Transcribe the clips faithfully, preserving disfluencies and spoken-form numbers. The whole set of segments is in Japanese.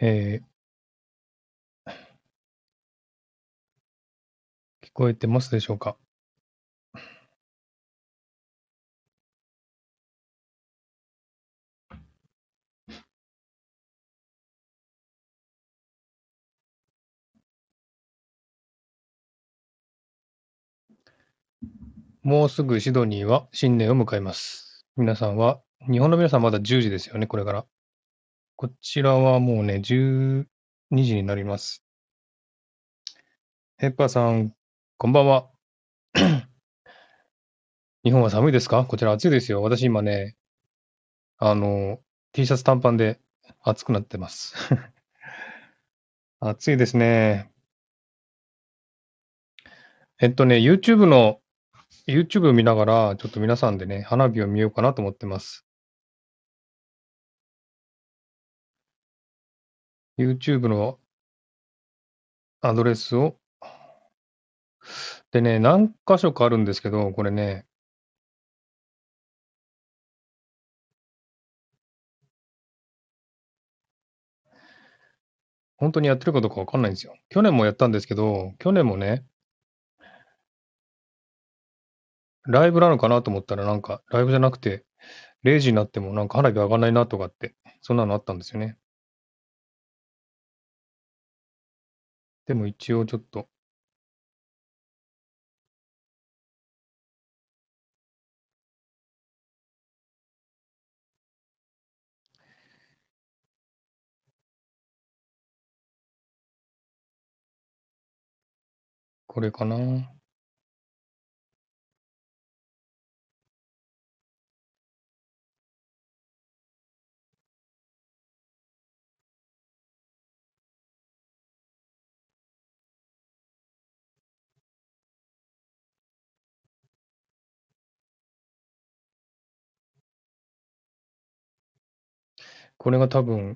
えー、聞こえてますでしょうか？もうすぐシドニーは新年を迎えます。皆さんは、日本の皆さんまだじゅうじですよね、これから。こちらはもうね、じゅうにじになります。ヘッパーさん、こんばんは。日本は寒いですか？こちら暑いですよ。私今ね、あの、T シャツ短パンで暑くなってます。暑いですね。えっとね、YouTube の、YouTube 見ながら、ちょっと皆さんでね、花火を見ようかなと思ってます。YouTube のアドレスを、でね、何箇所かあるんですけど、これね、本当にやってるかどうかわかんないんですよ。去年もやったんですけど、去年もね、ライブなのかなと思ったらなんか、ライブじゃなくて、れいじになってもなんか花火上がんないなとかって、そんなのあったんですよね。でも一応ちょっと、これかな。これが多分、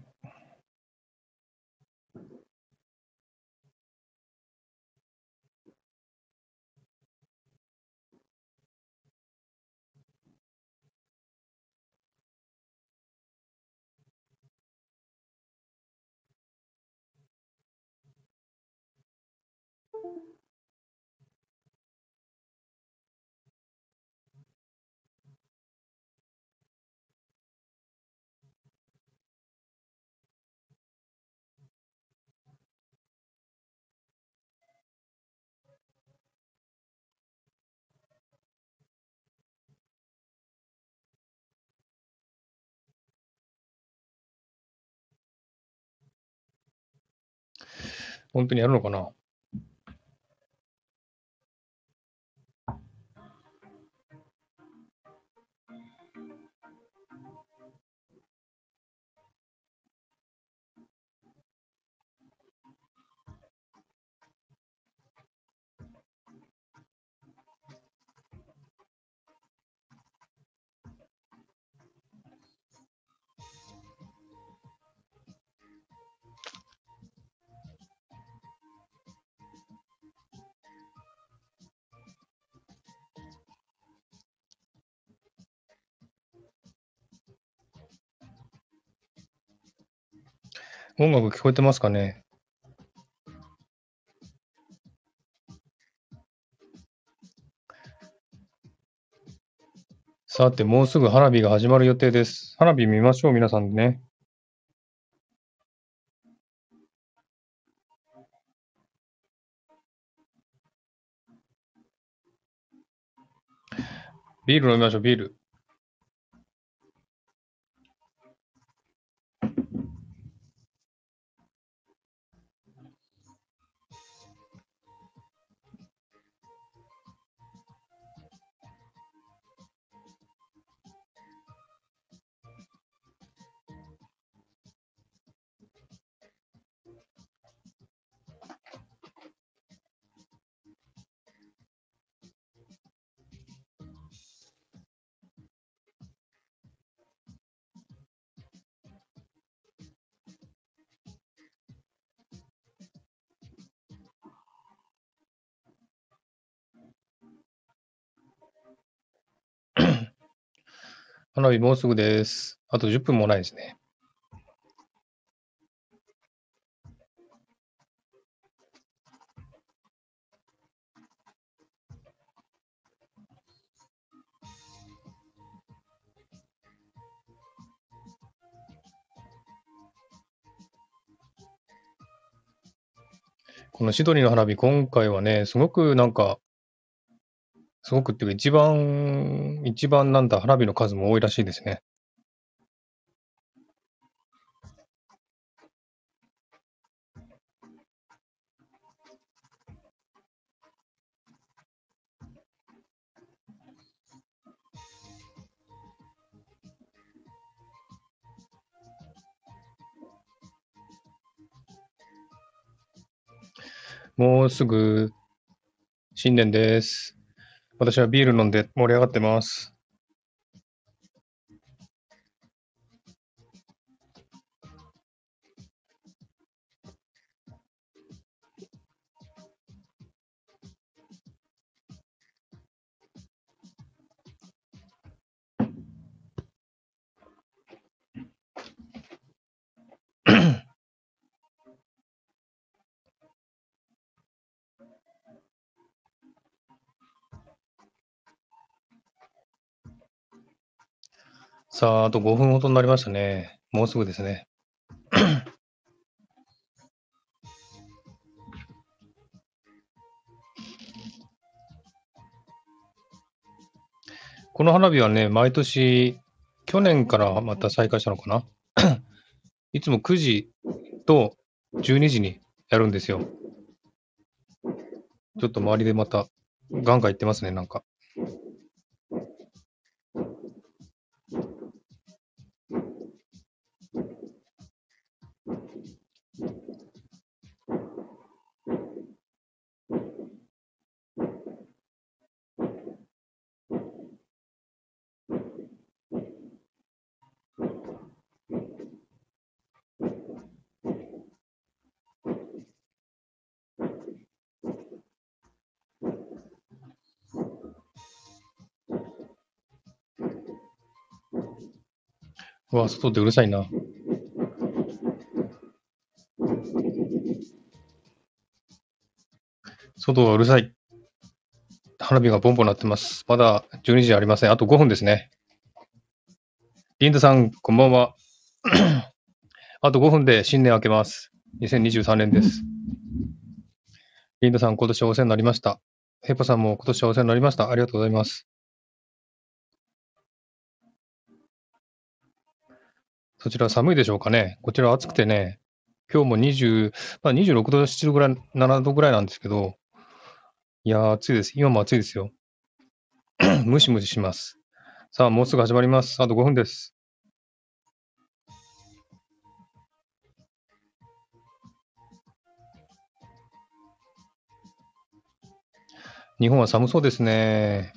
本当にやるのかな。音楽聞こえてますかね？さて、もうすぐ花火が始まる予定です。花火見ましょう、皆さんでね。ビール飲みましょう、ビール。花火もうすぐです。あとじゅっぷんもないですね。 このシドニーの花火、今回はね、すごくなんか、すごくっていうか、一番、一番なんだ、花火の数も多いらしいですね。もうすぐ新年です。私はビール飲んで盛り上がってます。さあ、あとごふんほどになりましたね。もうすぐですね。この花火はね、毎年、去年からまた再開したのかな。いつもくじとじゅうにじにやるんですよ。ちょっと周りでまたガンガン言ってますね、なんか。うわ、外でうるさいな。外はうるさい。花火がボンボン鳴ってます。まだじゅうにじありません。あとごふんですね。リンダさん、こんばんは。あとごふんで新年明けます。にせんにじゅうさんねんです。リンダさん、今年はお世話になりました。ヘッパさんも今年はお世話になりました。ありがとうございます。そちら寒いでしょうかね。こちら暑くてね、今日もにじゅう、まあ、にじゅうろくど、ななどぐらい、ななどぐらいなんですけど、いやー、暑いです。今も暑いですよ。ムシムシします。さあ、もうすぐ始まります。あとごふんです。日本は寒そうですね。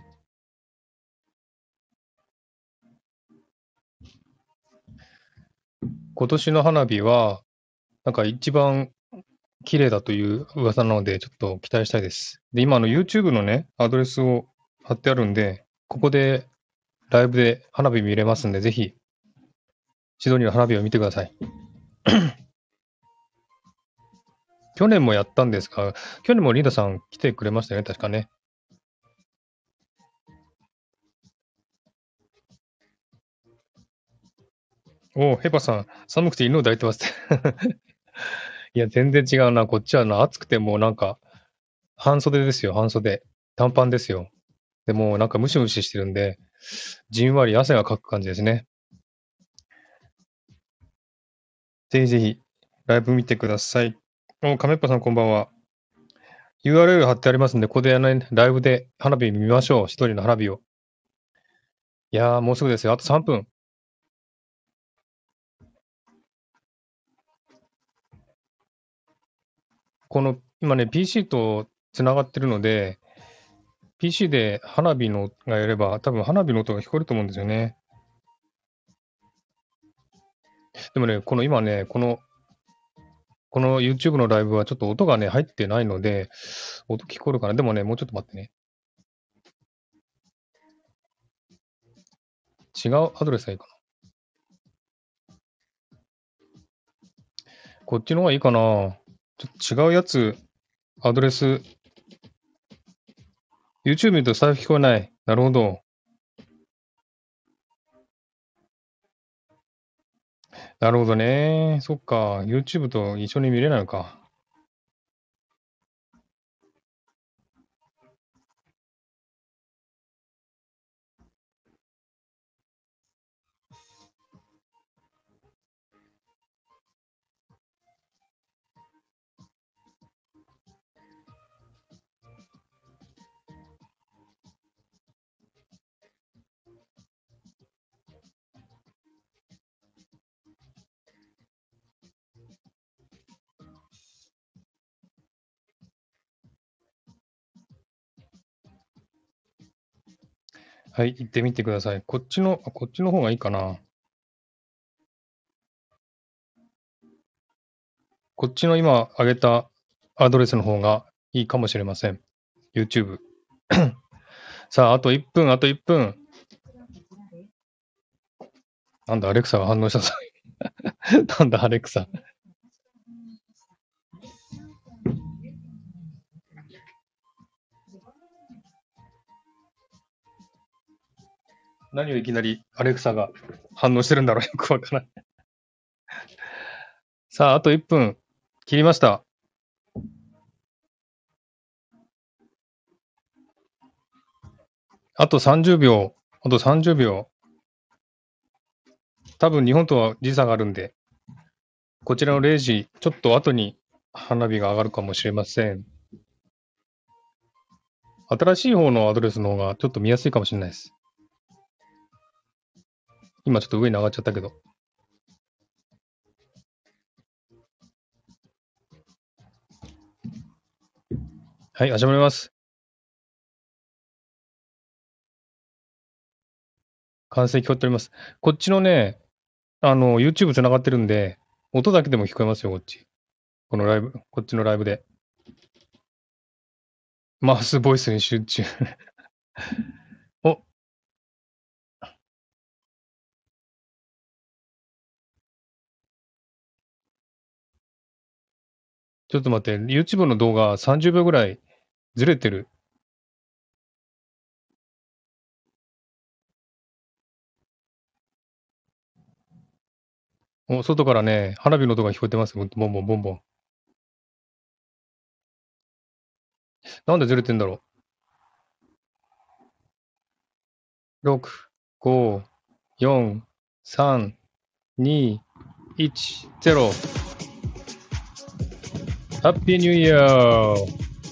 今年の花火は、なんか一番綺麗だという噂なので、ちょっと期待したいです。で、今、あの、YouTube のね、アドレスを貼ってあるんで、ここでライブで花火見れますんで、ぜひ、シドニーの花火を見てください。去年もやったんですが、去年もリーダさん来てくれましたよね、確かね。おお、ヘパさん、寒くて犬を抱いてますっていや、全然違うな。こっちはな、暑くてもうなんか、半袖ですよ、半袖。短パンですよ。でもなんかムシムシしてるんで、じんわり汗がかく感じですね。ぜひぜひ、ライブ見てください。お、亀っぽさんこんばんは。ユーアールエル 貼ってありますんで、ここで、ね、ライブで花火見ましょう。一人の花火を。いやー、もうすぐですよ。あとさんぷん。この、今ね、ピーシー とつながってるので、ピーシー で花火のがやれば、多分花火の音が聞こえると思うんですよね。でもね、この今ね、この、この YouTube のライブはちょっと音がね、入ってないので、音聞こえるかな。でもね、もうちょっと待ってね。違うアドレスがいいかな。こっちの方がいいかな。ちょっと違うやつ、アドレス、YouTube 見ると財布聞こえない。なるほど。なるほどね。そっか。YouTube と一緒に見れないのか。 はい、行ってみてください。こっちの、あこっちの方がいいかな。こっちの今挙げたアドレスの方がいいかもしれません。YouTube。さあ、あといっぷん、あといっぷん。なんだ、アレクサが反応したぞ。なんだ、アレクサ。何をいきなりアレクサが反応してるんだろう。よくわからない。さあ、あといっぷん切りました。あとさんじゅうびょう。あとさんじゅうびょう。多分日本とは時差があるんで、こちらのれいじちょっと後に花火が上がるかもしれません。新しい方のアドレスの方がちょっと見やすいかもしれないです。今ちょっと上に上がっちゃったけど。はい、始まります。完成聞こえております。こっちのね、あの、YouTube 繋がってるんで、音だけでも聞こえますよ、こっち。このライブ、こっちのライブで。マウスボイスに集中。お、ちょっと待って、YouTube の動画さんじゅうびょうぐらいずれてる。お、外からね、花火の音が聞こえてますよ。ボンボンボンボン。なんでずれてんだろう。ろく、ご、よん、さん、に、いち、ゼロ。ハッピーニューイヤー。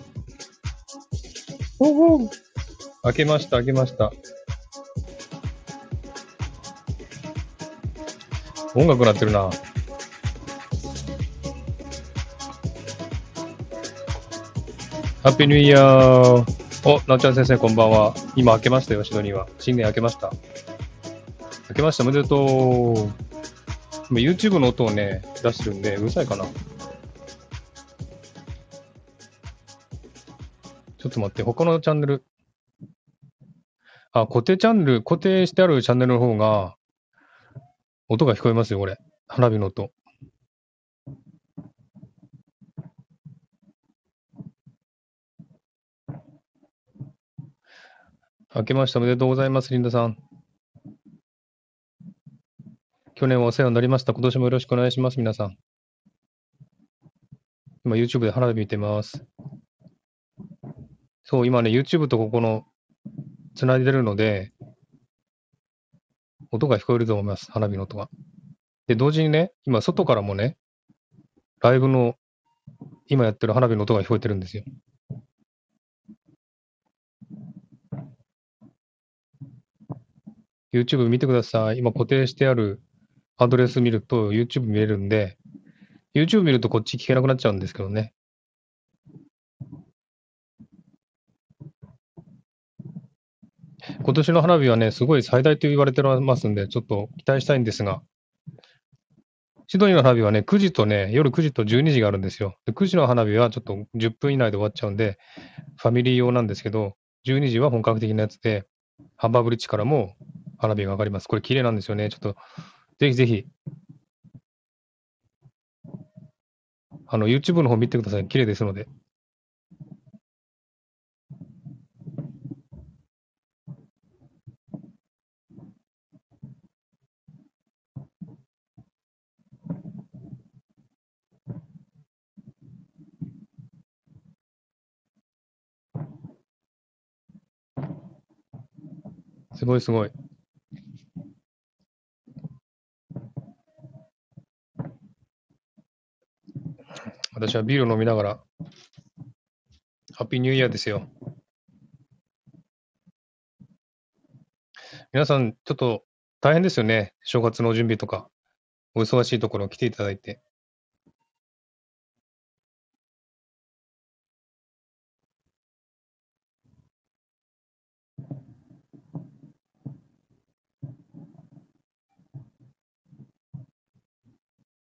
おお。開けました、開けました。音楽鳴ってるな。ハッピーニューイヤー。お、なおちゃん先生こんばんは。今開けましたよ、シドニーは。新年開けました。開けました、おめでとう。今 YouTube の音をね、出してるんで、うるさいかな。ちょっと待って、他のチャンネル。あ、固定チャンネル、固定してあるチャンネルの方が、音が聞こえますよ、これ。花火の音。開けました。おめでとうございます、リンダさん。去年はお世話になりました。今年もよろしくお願いします、皆さん。今 YouTube で花火見てます。そう、今ね、YouTube とここの、つないでるので、音が聞こえると思います、花火の音が。で、同時にね、今外からもね、ライブの、今やってる花火の音が聞こえてるんですよ。YouTube 見てください。今固定してあるアドレス見ると YouTube 見れるんで、YouTube 見るとこっち聞けなくなっちゃうんですけどね。今年の花火はね、すごい最大と言われてますんで、ちょっと期待したいんですが、シドニーの花火はね、くじとね、夜くじとじゅうにじがあるんですよ。でくじの花火はちょっとじゅっぷん以内で終わっちゃうんで、ファミリー用なんですけど、じゅうにじは本格的なやつで、ハンバーブリッジからも花火が上がります。これ綺麗なんですよね。ちょっと、ぜひぜひ、あの、YouTube の方見てください。綺麗ですので。すごいすごい。私はビールを飲みながら、ハッピーニューイヤーですよ。皆さん、ちょっと大変ですよね。正月の準備とか、お忙しいところ来ていただいて。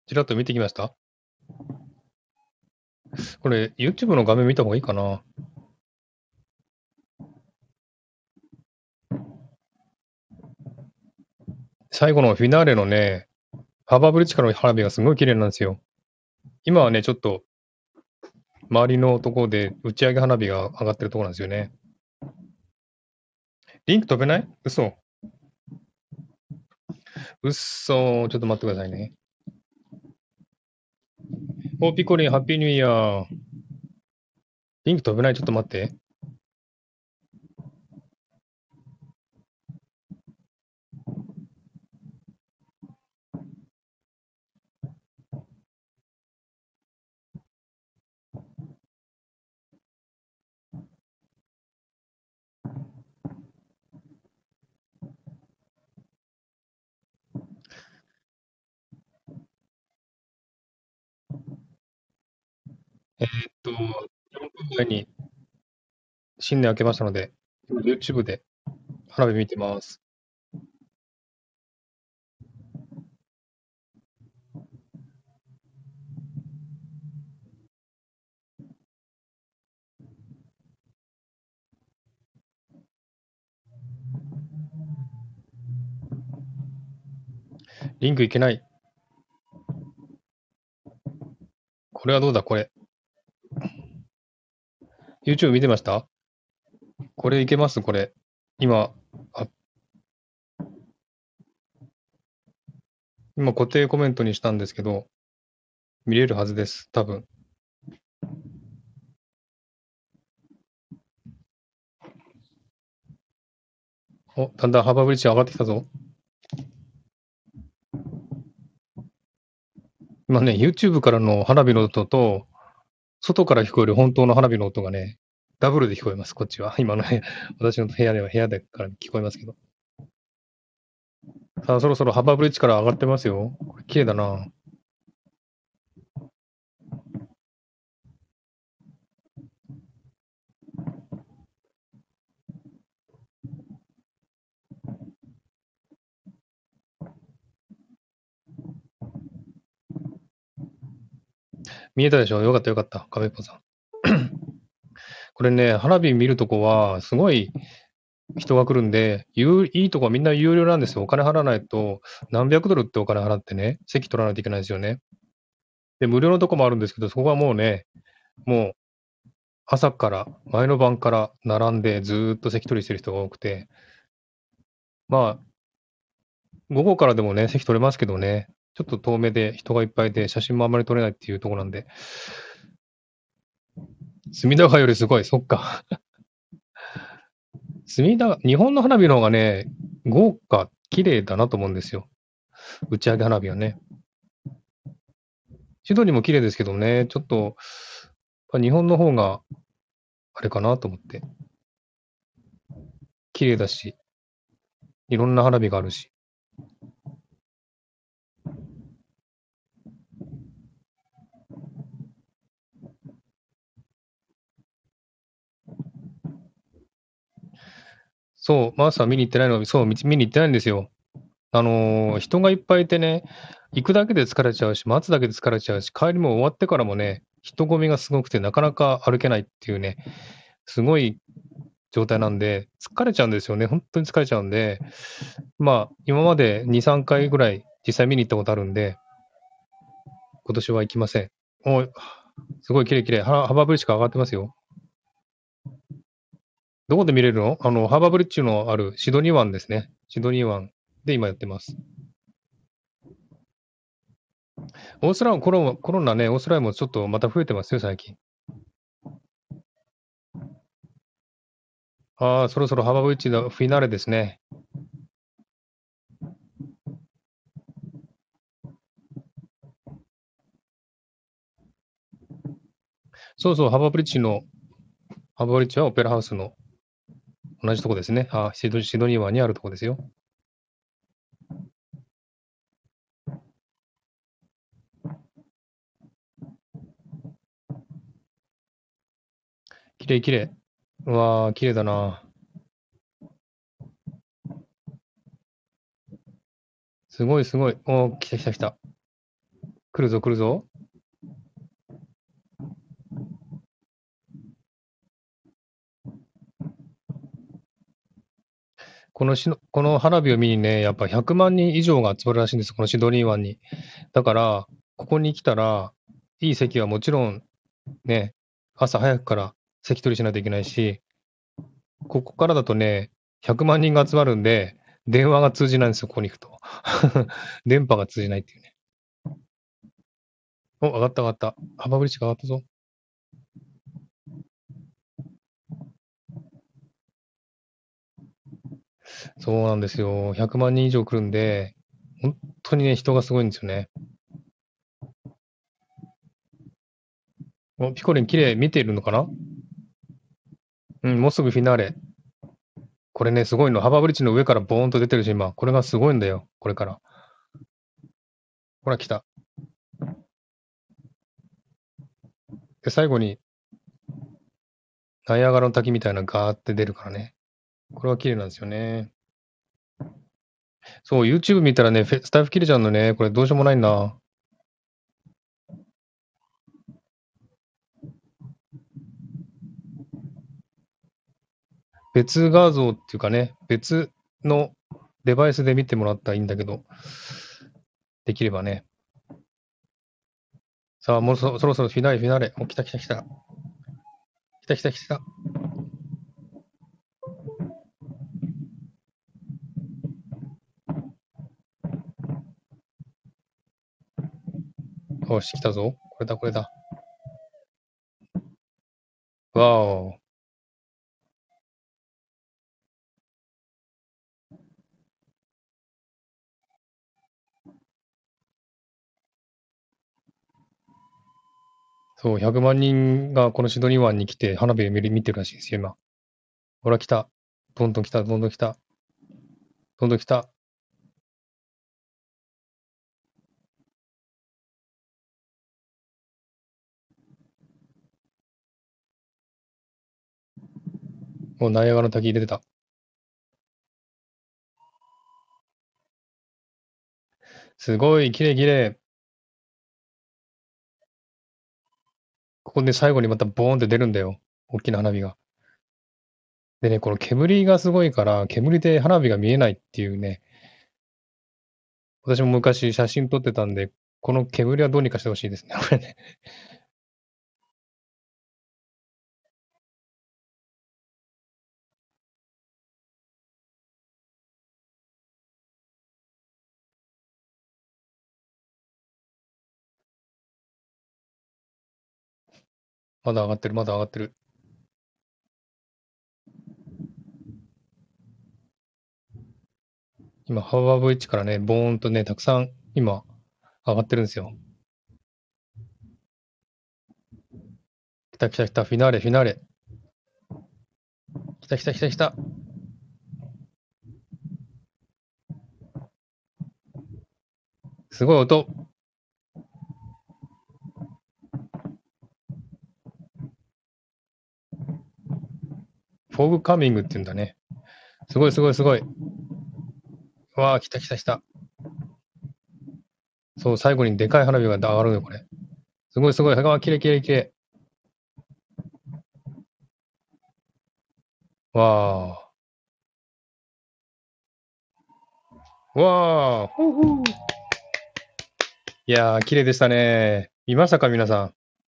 ちらっと見てきました？これ、YouTube の画面見た方がいいかな。最後のフィナーレのね、ハーバーブリッジからの花火がすごい綺麗なんですよ。今はね、ちょっと、周りのところで打ち上げ花火が上がってるところなんですよね。リンク飛べない？嘘。嘘。ちょっと待ってくださいね。お、ピコリン、ハッピーニューイヤー。リンク飛べない？ちょっと待って。えーっと、よんぷんまえに新年明けましたので、YouTube で花火見てます。リンクいけない。これはどうだ、これ。YouTube 見てました？これいけます？これ。今、あ、今固定コメントにしたんですけど、見れるはずです。多分。お、だんだんハーバーブリッジ上がってきたぞ。今ね、YouTube からの花火の音と、外から聞こえる本当の花火の音がね、ダブルで聞こえます、こっちは。今のね、私の部屋では部屋でから聞こえますけど。さあ、そろそろハーバーブリッジから上がってますよ。これ綺麗だな。見えたでしょ？よかったよかった。亀っぽさん。これね、花火見るとこは、すごい人が来るんで、有いいとこはみんな有料なんですよ。お金払わないと、何百ドルってお金払ってね、席取らないといけないんですよね。で、無料のとこもあるんですけど、そこはもうね、もう朝から、前の晩から並んでずーっと席取りしてる人が多くて、まあ、午後からでもね、席取れますけどね、ちょっと遠目で人がいっぱいで写真もあんまり撮れないっていうところなんで、隅田川よりすごい、そっか。隅田、日本の花火の方がね、豪華、綺麗だなと思うんですよ。打ち上げ花火はね。シドニーも綺麗ですけどね、ちょっと、日本の方が、あれかなと思って。綺麗だし、いろんな花火があるし。そう、マーサー見に行ってないの、そう、見見に行ってないんですよ。あのー人がいっぱいいてね、行くだけで疲れちゃうし、待つだけで疲れちゃうし、帰りも終わってからもね、人混みがすごくて、なかなか歩けないっていうね、すごい状態なんで、疲れちゃうんですよね。本当に疲れちゃうんで、まあ、今までに、さんかいぐらい実際見に行ったことあるんで、今年は行きません。おい、すごい綺麗綺麗。ハハーバーブリッジから上がってますよ。どこで見れるの？あの、ハーバーブリッジのあるシドニー湾ですね。シドニー湾で今やってます。オーストラリアコロ、コロナね、オーストラリアもちょっとまた増えてますよ、最近。ああ、そろそろハーバーブリッジのフィナーレですね。そうそう、ハーバーブリッジの、ハーバーブリッジはオペラハウスの同じとこですね。あシド、シドニー湾にあるとこですよ。綺麗綺麗。うわー、綺麗だな。すごいすごい。おー、来た来た来た。 来るぞ来るぞ。このしの、この花火を見にね、やっぱひゃくまんにん以上が集まるらしいんです、このシドニー湾に。だから、ここに来たら、いい席はもちろんね、朝早くから席取りしないといけないし、ここからだとね、ひゃくまんにんが集まるんで、電話が通じないんですよ、ここに行くと。電波が通じないっていうね。お、上がった上がった。ハバブリッチが上がったぞ。そうなんですよ。ひゃくまんにん以上来るんで、本当にね、人がすごいんですよね。お、ピコリン綺麗見ているのかな。うん、もうすぐフィナーレ。これね、すごいの。ハバブリッジの上からボーンと出てるし、今。これがすごいんだよ。これから。ほら、来た。で、最後に、ナイアガラの滝みたいなガーって出るからね。これは綺麗なんですよね。そう、YouTube 見たらね、フェスタイフ切れちゃうのね。これどうしようもないな。別画像っていうかね、別のデバイスで見てもらったらいいんだけど、できればね。さあ、もうそそろそろフィナーレ、フィナーレ。お、来た来た来た。来た来た来た。よし、来たぞ。これだ、これだ。わお。そう、ひゃくまん人がこのシドニー湾に来て花火を見る見てるらしいですよ、今。ほら、来た。どんどん来た、どんどん来た。どんどん来た。もうナイアガラの滝出てた。すごい、綺麗綺麗。ここで最後にまたボーンって出るんだよ。大きな花火が。でね、この煙がすごいから、煙で花火が見えないっていうね。私も昔写真撮ってたんで、この煙はどうにかしてほしいですね。これね。まだ上がってる、まだ上がってる。今、ハーバーブリッジからね、ボーンとね、たくさん今、上がってるんですよ。来た来た来た、フィナーレ、フィナーレ。来た来た来た来た。すごい音。フォーグカミングって言うんだね。すごいすごいすごい。わあ、来た来た来た。そう、最後にでかい花火が上がるよ、これ。すごいすごい。わあ、きれいきれいきれい。わあ。わあ。ほうほう。いやー、綺麗でしたね。見ましたか、皆さん。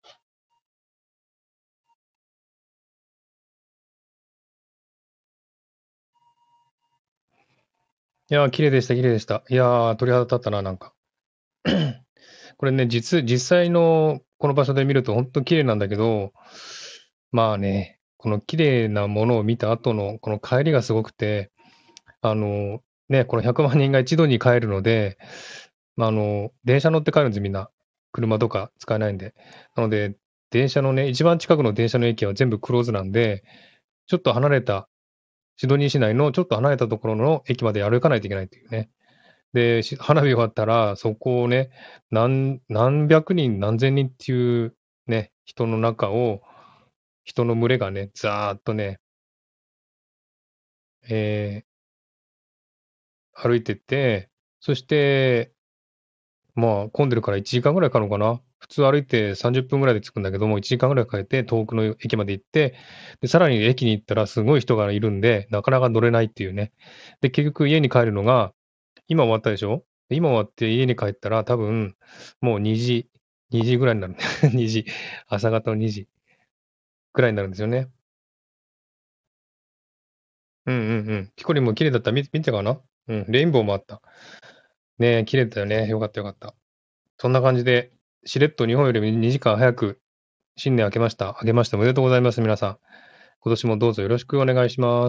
いやー、綺麗でした、綺麗でした。いやー、鳥肌立ったな、なんか。これね、実、実際のこの場所で見ると本当綺麗なんだけど、まあね、この綺麗なものを見た後のこの帰りがすごくて、あの、ね、このひゃくまん人が一度に帰るので、まあ、あの、電車乗って帰るんです、みんな。車とか使えないんで。なので、電車のね、一番近くの電車の駅は全部クローズなんで、ちょっと離れた、シドニー市内のちょっと離れたところの駅まで歩かないといけないっていうね。で、し花火終わったら、そこをね、何、何百人、何千人っていうね、人の中を、人の群れがね、ざーっとね、えー歩いてって、そして、 まあ、混んでるからいちじかんぐらいかかるのかな。普通歩いてさんじゅっぷんぐらいで着くんだけども、いちじかんぐらいかけて遠くの駅まで行って、で、さらに駅に行ったらすごい人がいるんで、なかなか乗れないっていうね。で、結局家に帰るのが、今終わったでしょ？で、今終わって家に帰ったら多分、もうにじにじぐらいになる。にじ、朝方のにじぐらいになるんですよね。うんうんうん。キコリンも綺麗だった。み見てたかな？うん、レインボーもあった。ねえ、綺麗だったよね。よかったよかった。そんな感じで、しれっと日本よりもにじかん早く新年明けました。明けましておめでとうございます、皆さん。今年もどうぞよろしくお願いします。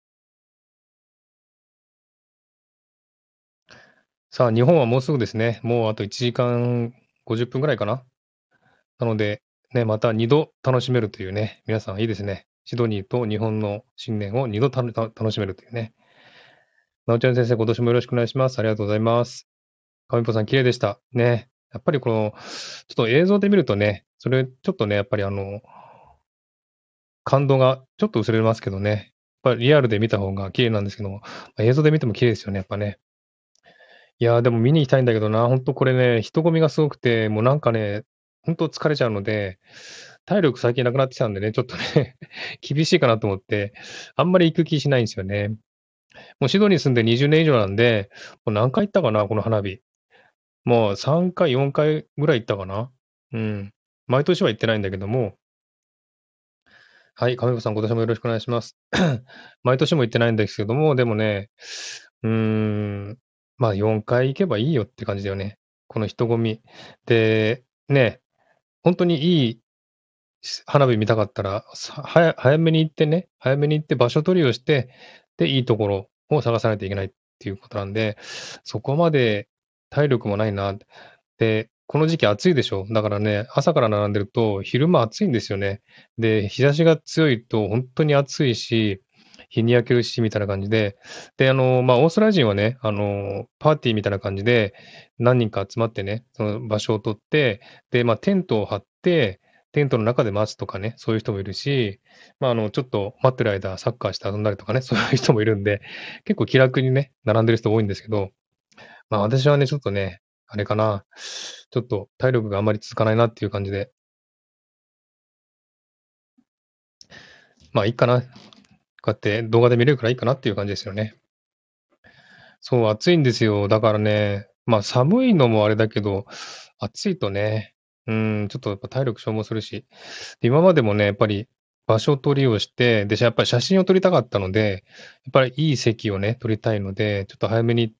さあ、日本はもうすぐですね。もうあといちじかんごじゅっぷんぐらいかな。なので、ね、またにど楽しめるというね、皆さんいいですね。シドニーと日本の新年をにどたた楽しめるというね。なおちゃん先生、今年もよろしくお願いします。ありがとうございます。かみぽさん綺麗でした。ね。やっぱりこの、ちょっと映像で見るとね、それちょっとね、やっぱりあの、感動がちょっと薄れますけどね。やっぱりリアルで見た方が綺麗なんですけども、ま、映像で見ても綺麗ですよね、やっぱね。いや、でも見に行きたいんだけどな、ほんとこれね、人混みがすごくて、もうなんかね、ほんと疲れちゃうので、体力最近なくなってきたんでね、ちょっとね厳しいかなと思って、あんまり行く気しないんすよね。もうシドニー住んでにじゅうねん以上なんで、もう何回行ったかな、この花火。もうさんかい、よんかいぐらい行ったかな。うん。毎年は行ってないんだけども、はい、亀子さん、今年もよろしくお願いします。毎年も行ってないんですけども、でもね、うーん、まあ、よんかい行けばいいよって感じだよね。この人混み。で、ね、ほんとにいいし花火見たかったら、さ早早めに行ってね、早めに行って場所取りをして、で、いいところを探さないといけないっていうことなんで、そこまで体力もないな。で、この時期暑いでしょ。だからね、朝から並んでると昼間暑いんですよね。で、日差しが強いとほんとに暑いし、日に焼けるしみたいな感じで、で、あの、ま、オーストラリア人はね、あの、パーティーみたいな感じで、何人か集まってね、その場所を取って、で、ま、テントを張って、テントの中で待つとかね、そういう人もいるし、ま、あの、ちょっと待ってる間、サッカーして遊んだりとかね、そういう人もいるんで、結構気楽にね、並んでる人多いんですけど、まあ、私はね、ちょっとね、あれかな、ちょっと体力があんまり続かないなっていう感じで、まあ、いいかな、こうやって動画で見れるからいいかなっていう感じですよね。そう、暑いんですよ。だからね、ま、寒いのもあれだけど、暑いとね、うーん、ちょっとやっぱ体力消耗するし、で、今までもね、やっぱり場所取りをして、で、しゃやっぱり写真を撮りたかったので、やっぱりいい席をね、取りたいので、ちょっと早めに行って、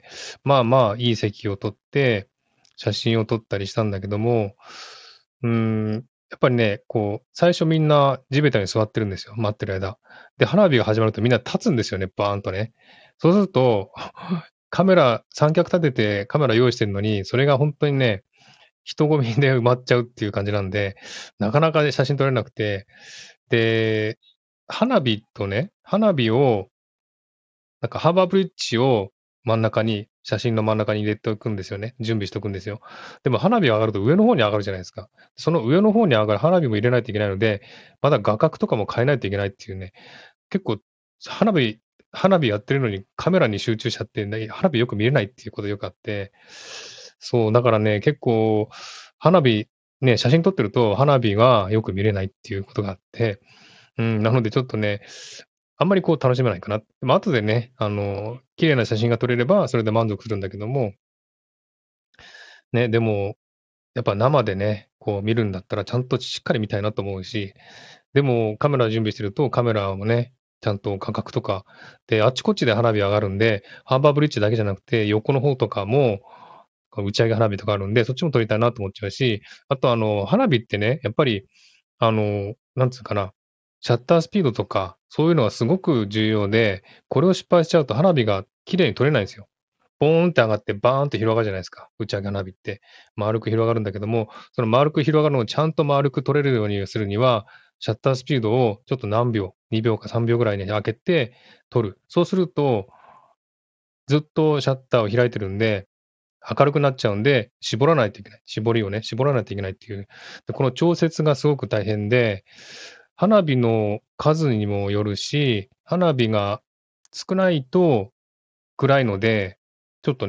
まあまあ、いい席を取って、写真を撮ったりしたんだけども、うーん、やっぱりね、こう、最初みんな地べたに座ってるんですよ、待ってる間。で、花火が始まるとみんな立つんですよね、バーンとね。そうすると、カメラ三脚立ててカメラ用意してんのに、それがほんとにね、人混みで埋まっちゃうっていう感じなんで、なかなかね、写真撮れなくて、で、花火とね、花火をなんかハーバーブリッジを真ん中に、写真の真ん中に入れておくんですよね。準備しておくんですよ。でも花火上がると上の方に上がるじゃないですか。その上の方に上がる花火も入れないといけないので、まだ画角とかも変えないといけないっていうね、結構花火花火やってるのにカメラに集中しちゃって、ね、花火よく見れないっていうことよくあって、そう、だからね、結構花火ね、写真撮ってると花火がよく見れないっていうことがあって、うん、なのでちょっとね、あんまりこう楽しめないかな。でも後でね、あの、綺麗な写真が撮れれば、それで満足するんだけども、ね、でも、やっぱ生でね、こう見るんだったらちゃんとしっかり見たいなと思うし、でもカメラ準備してると、カメラもね、ちゃんと価格とか、で、あっちこっちで花火上がるんで、ハーバーブリッジだけじゃなくて、横の方とかも、こう打ち上げ花火とかあるんで、そっちも撮りたいなと思っちゃうし、あとあの、花火ってね、やっぱりあの、なんつうかな、シャッタースピードとか、そういうのはすごく重要で、これを失敗しちゃうと花火が綺麗に撮れないんすよ。ボーンって上がってバーンって広がるじゃないですか、打ち上げ花火って。丸く広がるんだけども、その丸く広がるのをちゃんと丸く撮れるようにするには、シャッタースピードをちょっと何秒、にびょうかさんびょうぐらいに上げて撮る。そうすると、ずっとシャッターを開いてるんで、明るくなっちゃうんで、絞らないといけない。絞りをね、絞らないといけないっていう。で、この調節がすごく大変で、花火の数にもよるし、花火が少ないと暗いので、ちょっとね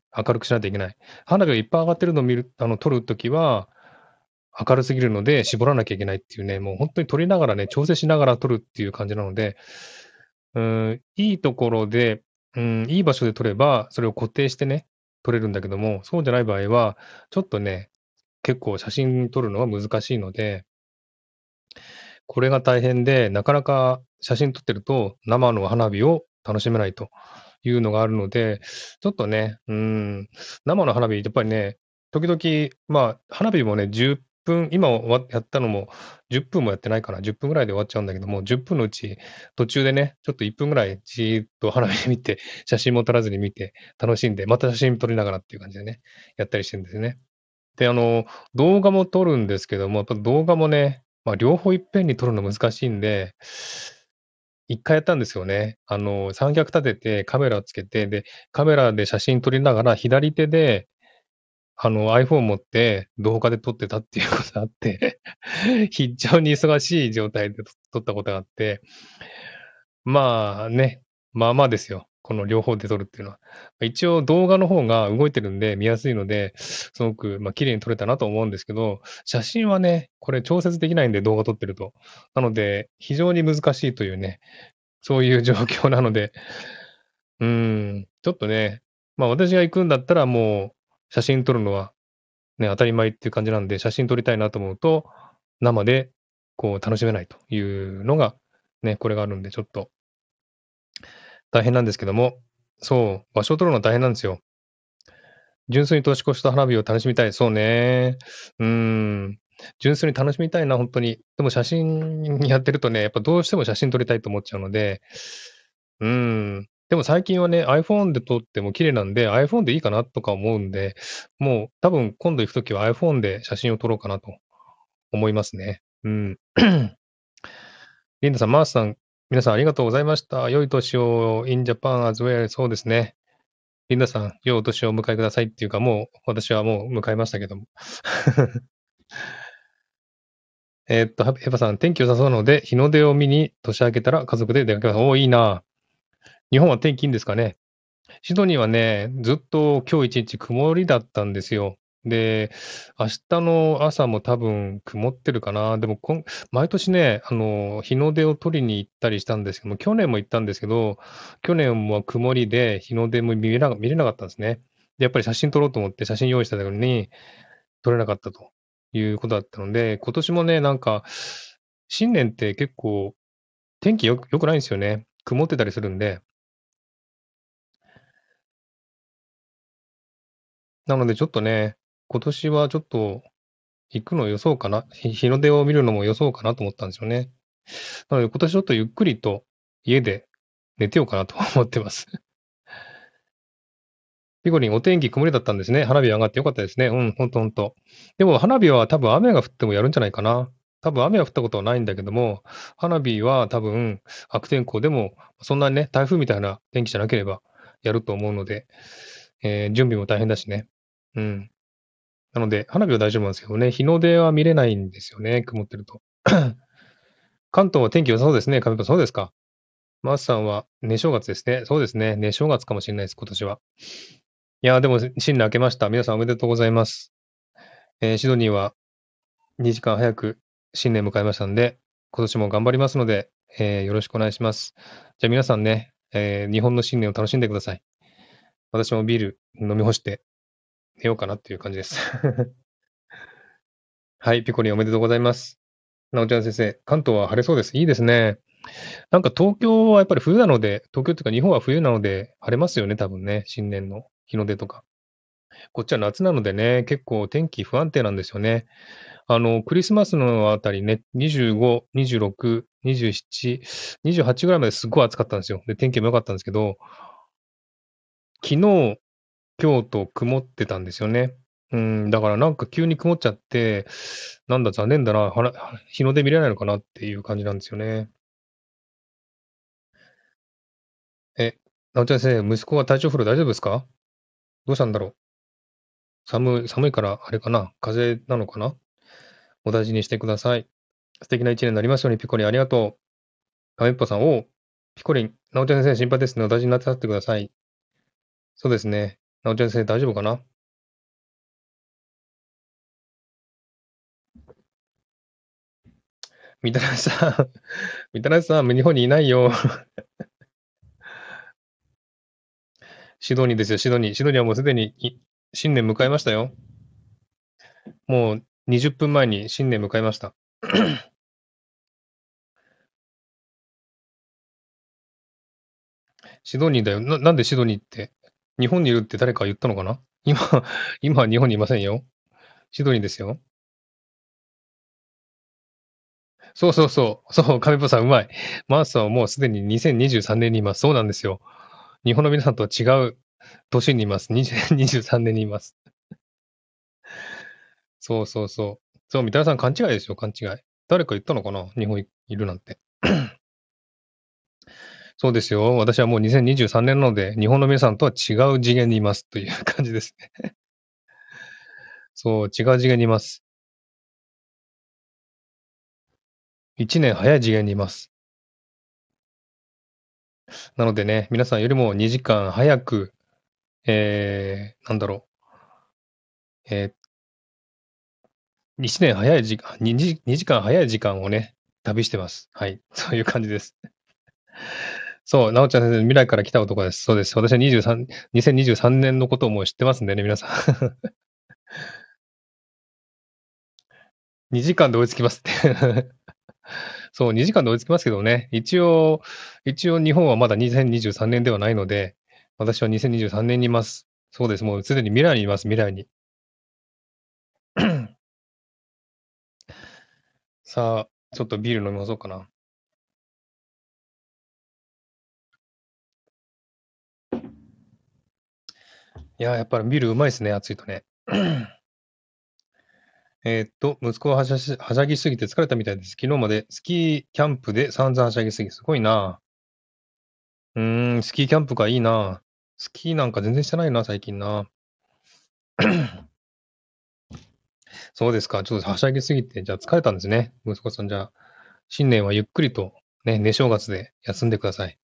明るくしないといけない。花火がいっぱい上がってるのを見る、あの、撮るときは、明るすぎるので絞らなきゃいけないっていうね、もう本当に撮りながらね、調整しながら撮るっていう感じなので、うーん、いいところで、うん、いい場所で撮れば、それを固定してね、撮れるんだけども、そうじゃない場合は、ちょっとね、結構写真撮るのは難しいので、これが大変で、なかなか写真撮ってると、生の花火を楽しめないというのがあるので、ちょっとね、うーん、生の花火、やっぱりね、時々、まあ、花火もね、じゅっぷん、今終わやったのもじゅっぷんもやってないかな、じゅっぷんぐらいで終わっちゃうんだけども、じゅっぷんのうち、途中でね、ちょっといっぷんぐらいじーっと花火見て、写真も撮らずに見て、楽しんで、また写真撮りながらっていう感じでね、やったりしてるんですよね。で、あの、動画も撮るんですけども、やっぱ動画もね、ま、両方いっぺんに撮るの難しいんで、いっかいやったんですよね。あの、三脚立ててカメラをつけて、で、カメラで写真撮りながら、左手で、あの、iPhone 持って動画で撮ってたっていうことがあって非常に忙しい状態でと撮ったことがあって、まあね、まあまあですよ。この両方で撮るっていうのは。一応動画の方が動いてるんで見やすいので、すごく、ま、綺麗に撮れたなと思うんですけど、写真はね、これ調節できないんで、動画撮ってると。なので、非常に難しいというね、そういう状況なので、うーん、ちょっとね、ま、私が行くんだったらもう写真撮るのはね、当たり前っていう感じなんで、写真撮りたいなと思うと、生でこう楽しめないというのが、ね、これがあるんでちょっと大変なんですけども、そう、場所を取るの大変なんですよ。純粋に年越しと花火を楽しみたい。そうね。うーん。純粋に楽しみたいな、ほんとに。でも写真やってるとね、やっぱどうしても写真撮りたいと思っちゃうので、うーん。でも最近はね、iPhone で撮っても綺麗なんで、iPhone でいいかなとか思うんで、もう多分今度行くときは iPhone で写真を撮ろうかなと思いますね。うん。リンダさん、マースさん、皆さんありがとうございました。良い年を in Japan as well。そうですね。リンダさん、良いお年をお迎えくださいっていうか、もう、私はもう迎えましたけども。えっと、ハヘパさん、天気良さそうなので、日の出を見に年明けたら家族で出かけます。おお、いいな。日本は天気いいんですかね。シドニーはね、ずっと今日いちにち曇りだったんですよ。で、明日の朝も多分曇ってるかな。でも、こん毎年ね、あの、日の出を取りに行ったりしたんですけども、去年も行ったんですけど、去年も曇りで日の出も見れな見れなかったんですね。で、やっぱり写真撮ろうと思って写真用意してたのに、撮れなかったということだったので、今年もね、なんか、新年って結構天気よく良くないんですよね。曇ってたりするんで。なのでちょっとね、今年はちょっと行くのよそうかな、ひ日の出を見るのもよそうかなと思ったんですよね。なので今年ちょっとゆっくりと家で寝てようかなと思ってます。ピコリン、お天気曇りだったんですね。花火上がってよかったですね。うん、ほんとほんと。でも花火は多分雨が降ってもやるんじゃないかな。多分雨が降ったことはないんだけども、花火は多分悪天候でも、そんなにね、台風みたいな天気じゃなければやると思うので、ええ、準備も大変だしね。うん。なので、花火は大丈夫なんですけどね、日の出は見れないんですよね、曇ってると。関東は天気良さそうですね、神戸そうですか。マースさんは寝正月ですね。そうですね、寝正月かもしんないです、今年は。いや、でも、新年明けました。皆さんおめでとうございます。ええ、シドニーはにじかん早く新年迎えましたんで、今年も頑張りますので、ええ、よろしくお願いします。じゃ、皆さんね、ええ、日本の新年を楽しんでください。私もビール飲み干して寝ようかなっていう感じです。はい、ピコリンおめでとうございます。なおちゃん先生、関東は晴れそうです。いいですね。なんか東京はやっぱり冬なので、東京っていうか日本は冬なので晴れますよね、多分ね、新年の日の出とか。こっちは夏なのでね、結構天気不安定なんですよね。あの、クリスマスのあたりね、にじゅうご、にじゅうろく、にじゅうなな、にじゅうはちぐらいまですごい暑かったんですよ。で、天気も良かったんですけど、昨日、今日と曇ってたんですよね。うん、だからなんか急に曇っちゃって、なんだ残念だな、はな日の出見れないのかなっていう感じなんですよね。え、なおちゃん先生、息子は体調不良大丈夫ですか？どうしたんだろう？寒い寒いからあれかな、風邪なのかな？お大事にしてください。素敵ないちねんになりますように、ピコリンありがとう。あめっぽさん、おお、ピコリン、なおちゃん先生心配ですね。お大事になってってください。そうですね。 なおちゃん先生大丈夫かな？みたらしさん、みたらしさん、日本にいないよ。シドニーですよ、シドニー。シドニーはもうすでにい新年迎えましたよ。もうにじゅっぷんまえに新年迎えました。シドニーだよ。な、なんでシドニーって、日本にいるって誰か言ったのかな？今、今は日本にいませんよ。シドニーですよ。そうそうそう。そう、カメポさんうまい。マースはもうすでににせんにじゅうさんねんにいます。そうなんですよ。日本の皆さんとは違う年にいます。にじゅうにじゅうさんねんにいます。そうそうそう。そう、みたらさん勘違いですよ、勘違い。誰か言ったのかな？日本いるなんて。そうですよ。私はもうにせんにじゅうさんねんなので、日本の皆さんとは違う次元にいますという感じですね。そう、違う次元にいます。いちねん早い次元にいます。なのでね、皆さんよりもにじかん早く、えー、なんだろう、えー、いちねん早い時間、にじ、にじかん早い時間をね、旅してます。はい。そういう感じです。そう、なおちゃん先生、未来から来た男です。そうです。私はにじゅうさん、にせんにじゅうさんねんのことをもう知ってますんでね、皆さん。にじかんで追いつきますってそう、にじかんで追いつきますけどね。一応、一応日本はまだにせんにじゅうさんねんではないので、私はにせんにじゅうさんねんにいます。そうです。もうすでに未来にいます、未来に。さあ、ちょっとビール飲みましょうかな。いやー、やっぱりビールうまいですね、暑いとね。えーっと、息子ははしゃしはしゃぎすぎて疲れたみたいです。昨日までスキーキャンプで散々はしゃぎすぎ。すごいな。うーん、スキーキャンプかいいな。スキーなんか全然してないな、最近な。そうですか。ちょっとはしゃぎすぎて、じゃあ疲れたんですね。息子さん、じゃあ、新年はゆっくりと、ね、寝正月で休んでください。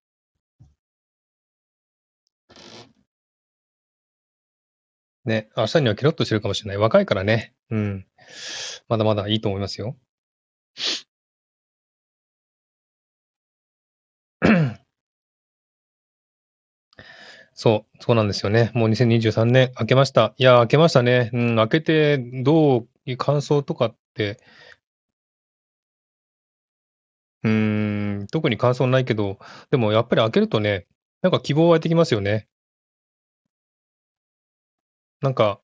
ね、明日にはケロッとしてるかもしれない。若いからね。うん。まだまだいいと思いますよ。そう、そうなんですよね。もうにせんにじゅうさんねん明けました。いや、明けましたね。うん、明けてどういう感想とかって、うーん、特に感想ないけど、でもやっぱり明けるとね、なんか希望湧いてきますよね。なんか、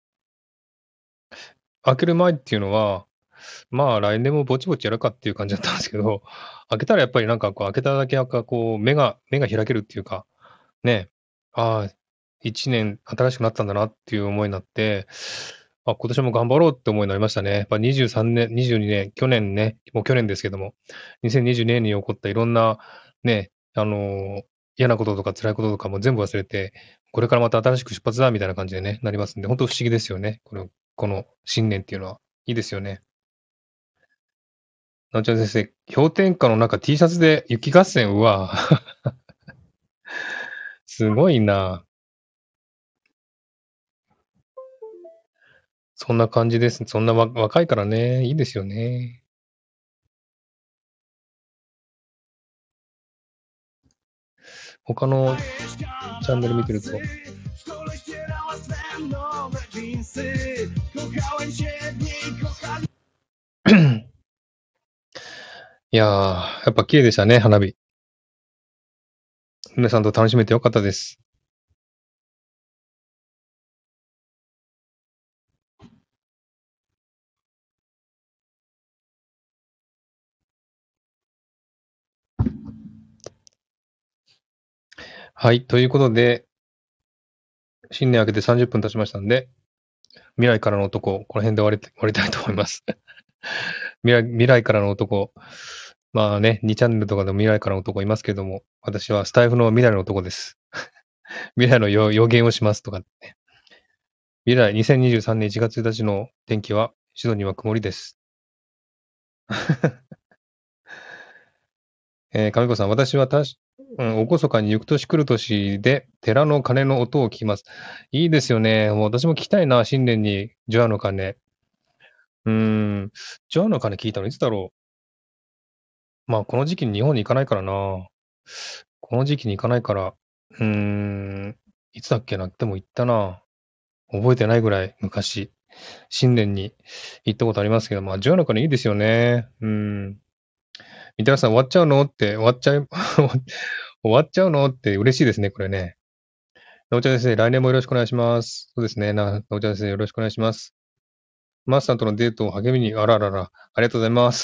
明ける前っていうのは、まあ、来年もぼちぼちやるかっていう感じだったんですけど、開けたらやっぱりなんかこう、開けただけなんかこう、目が目が開けるっていうか、ね、ああ、いちねん新しくなったんだなっていう思いになって、あ、今年も頑張ろうって思いになりましたね。やっぱにじゅうさんねん、にじゅうにねん、去年ね、もう去年ですけども、にせんにじゅうにねんに起こったいろんなね、あの、嫌なこととか辛いこととかも全部忘れて、これからまた新しく出発だみたいな感じでね、なりますんで、ほんと不思議ですよね。このこの新年っていうのは。いいですよね。なおちゃん先生、氷点下の中 T シャツで雪合戦、うわ、すごいな。そんな感じです。そんなわ若いからね、いいですよね。他のチャンネル見てると。いやー、やっぱ綺麗でしたね、花火。皆さんと楽しめてよかったです。はい、ということで、新年明けてさんじゅっぷん経ちましたんで、未来からの男、この辺で終わり終わりたいと思います。未来未来からの男、まあね、にチャンネルとかでも未来からの男いますけども、私はスタイフの未来の男です。未来の予予言をしますとかね。未来にせんにじゅうさんねんいちがつついたちの天気は、シドニーは曇りです。えー、上子さん、私はたし、 うん、厳かに行く年来る年で、寺の鐘の音を聞きます。いいですよね。もう私も聞きたいな、新年に除夜の鐘。うーん、除夜の鐘聞いたのいつだろう。まあ、この時期に日本に行かないからな。この時期に行かないから、うーん、いつだっけな、でも行ったな。覚えてないぐらい昔、新年に行ったことありますけど、まあ、除夜の鐘いいですよね。うーん。みたらしさん終わっちゃうのって、終わっちゃい終わっちゃうのって嬉しいですね、これね。なおちゃん先生、来年もよろしくお願いします。そうですね、ななおちゃん先生よろしくお願いします。マスさんとのデートを励みに、あららら、ありがとうございます。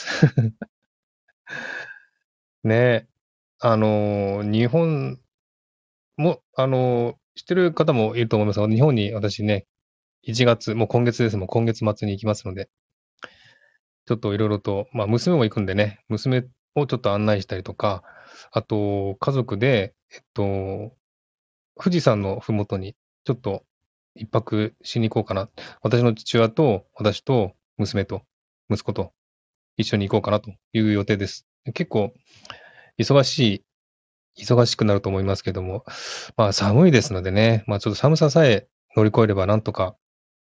ね、あの、日本も、あの、知ってる方もいると思いますが、日本に私ね、いちがつ、もう今月です。もう今月末に行きますので、ちょっといろいろと、まあ、娘も行くんでね、娘をちょっと案内したりとか、あと、家族で、えっと、富士山のふもとにちょっと一泊しに行こうかな。私の父親と私と娘と息子と一緒に行こうかなという予定です。結構忙しい、忙しくなると思いますけども、まあ寒いですのでね、まあちょっと寒ささえ乗り越えればなんとか、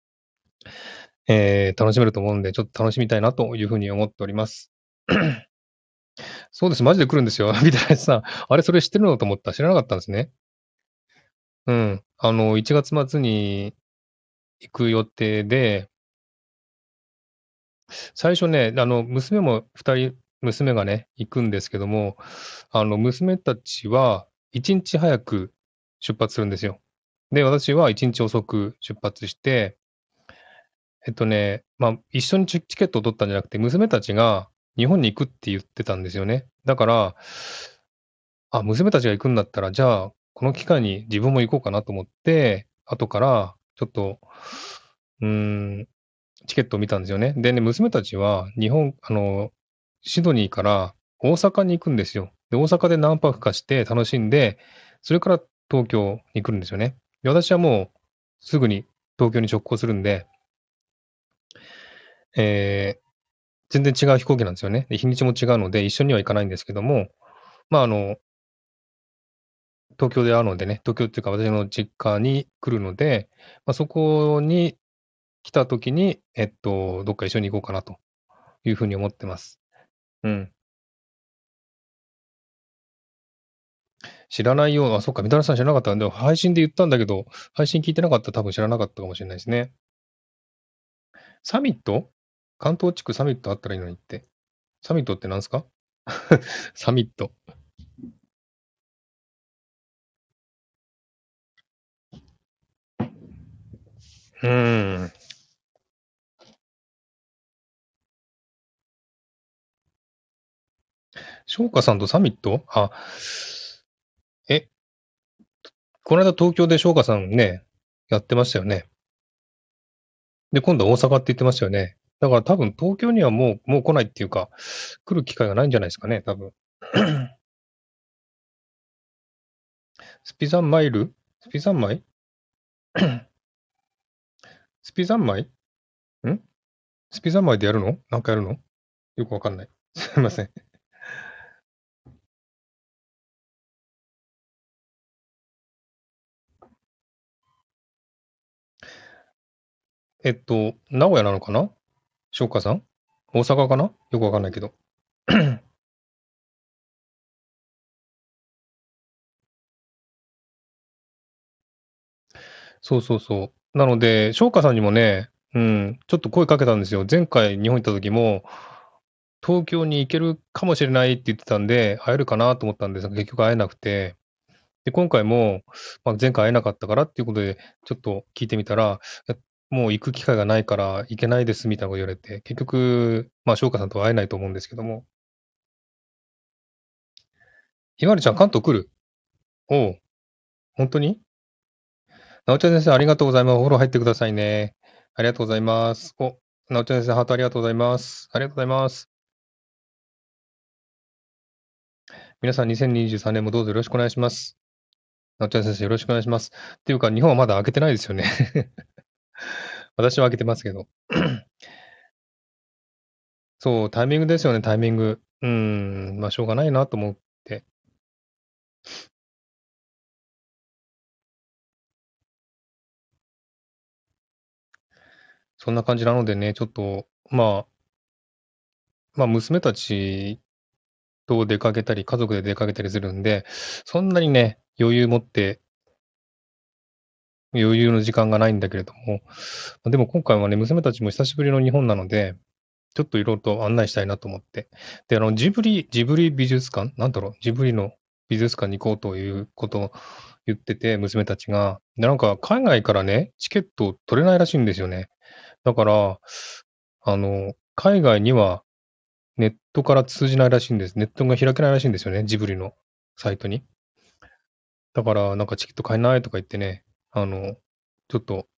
えー楽しめると思うんで、ちょっと楽しみたいなというふうに思っております。そうです、マジで来るんですよ。みたいなさ、あれそれ知ってるのと思った。知らなかったんですね。うん。あの、いちがつ末に行く予定で、最初ね、あの、娘もふたり、娘がね、行くんですけども、あの、娘たちはいちにち早く出発するんですよ。で、私はいちにち遅く出発して、えっとね、まあ、一緒にチチケットを取ったんじゃなくて、娘たちが日本に行くって言ってたんですよね。だから、あ、娘たちが行くんだったら、じゃあ、この機会に自分も行こうかなと思って、後からちょっと、うーん、チケットを見たんですよね。でね、娘たちは日本あの、シドニーから大阪に行くんですよ。で、大阪で何泊かして楽しんで、それから東京に来るんですよね。で、私はもうすぐに東京に直行するんで、えー全然違う飛行機なんですよね。で、日にちも違うので、一緒には行かないんですけども、まあ、あの、東京で会うのでね、東京っていうか私の実家に来るので、まあ、そこに来た時に、えっと、どっか一緒に行こうかなというふうに思ってます。うん。知らないようあ、そっか、みたらしさん知らなかったんで、配信で言ったんだけど、配信聞いてなかったら多分知らなかったかもしれないですね。サミット関東地区サミットあったらいいのにって。サミットって何すか？サミット。うーん。翔歌さんとサミットあ、え、この間東京で翔歌さんね、やってましたよね。で、今度は大阪って言ってましたよね。だから多分東京にはもうもう来ないっていうか、来る機会がないんじゃないですかね、多分。スピザンマイルスピザンマイスピザンマイんスピザンマイでやるのなんかやるのよくわかんない。すいません。えっと、名古屋なのかな翔歌さん大阪かなよくわかんないけど。そうそうそう。なので、翔歌さんにもね、うん、ちょっと声かけたんですよ。前回日本行った時も、東京に行けるかもしれないって言ってたんで、会えるかなと思ったんですが、結局会えなくて。で、今回も、まあ、前回会えなかったからっていうことで、ちょっと聞いてみたら、いや、もう行く機会がないから行けないですみたいなこと言われて、結局、まあ、翔歌さんとは会えないと思うんですけども。ひまわりちゃん関東来る？おう、ほんとに？なおちゃん先生ありがとうございます。お風呂入ってくださいね。ありがとうございます。お、なおちゃん先生ハートありがとうございます。ありがとうございます。皆さんにせんにじゅうさんねんもどうぞよろしくお願いします。なおちゃん先生よろしくお願いします。っていうか、日本はまだ開けてないですよね。私は開けてますけど。そう、タイミングですよね、タイミング。うーん、ま、しょうがないなと思って。 そんな感じなのでね、ちょっと、まあ、まあ、娘たちと出かけたり、家族で出かけたりするんで、そんなにね、余裕持って余裕の時間がないんだけれども、でも今回はね、娘たちも久しぶりの日本なので、ちょっといろいろと案内したいなと思って。で、あの、ジブリ、ジブリ美術館なんだろう、ジブリの美術館に行こうということを言ってて、娘たちが。で、なんか海外からね、チケット取れないらしいんですよね。だから、あの、海外にはネットから通じないらしいんです。ネットが開けないらしいんですよね、ジブリのサイトに。だから、なんかチケット買えないとか言ってね、あの、ちょっと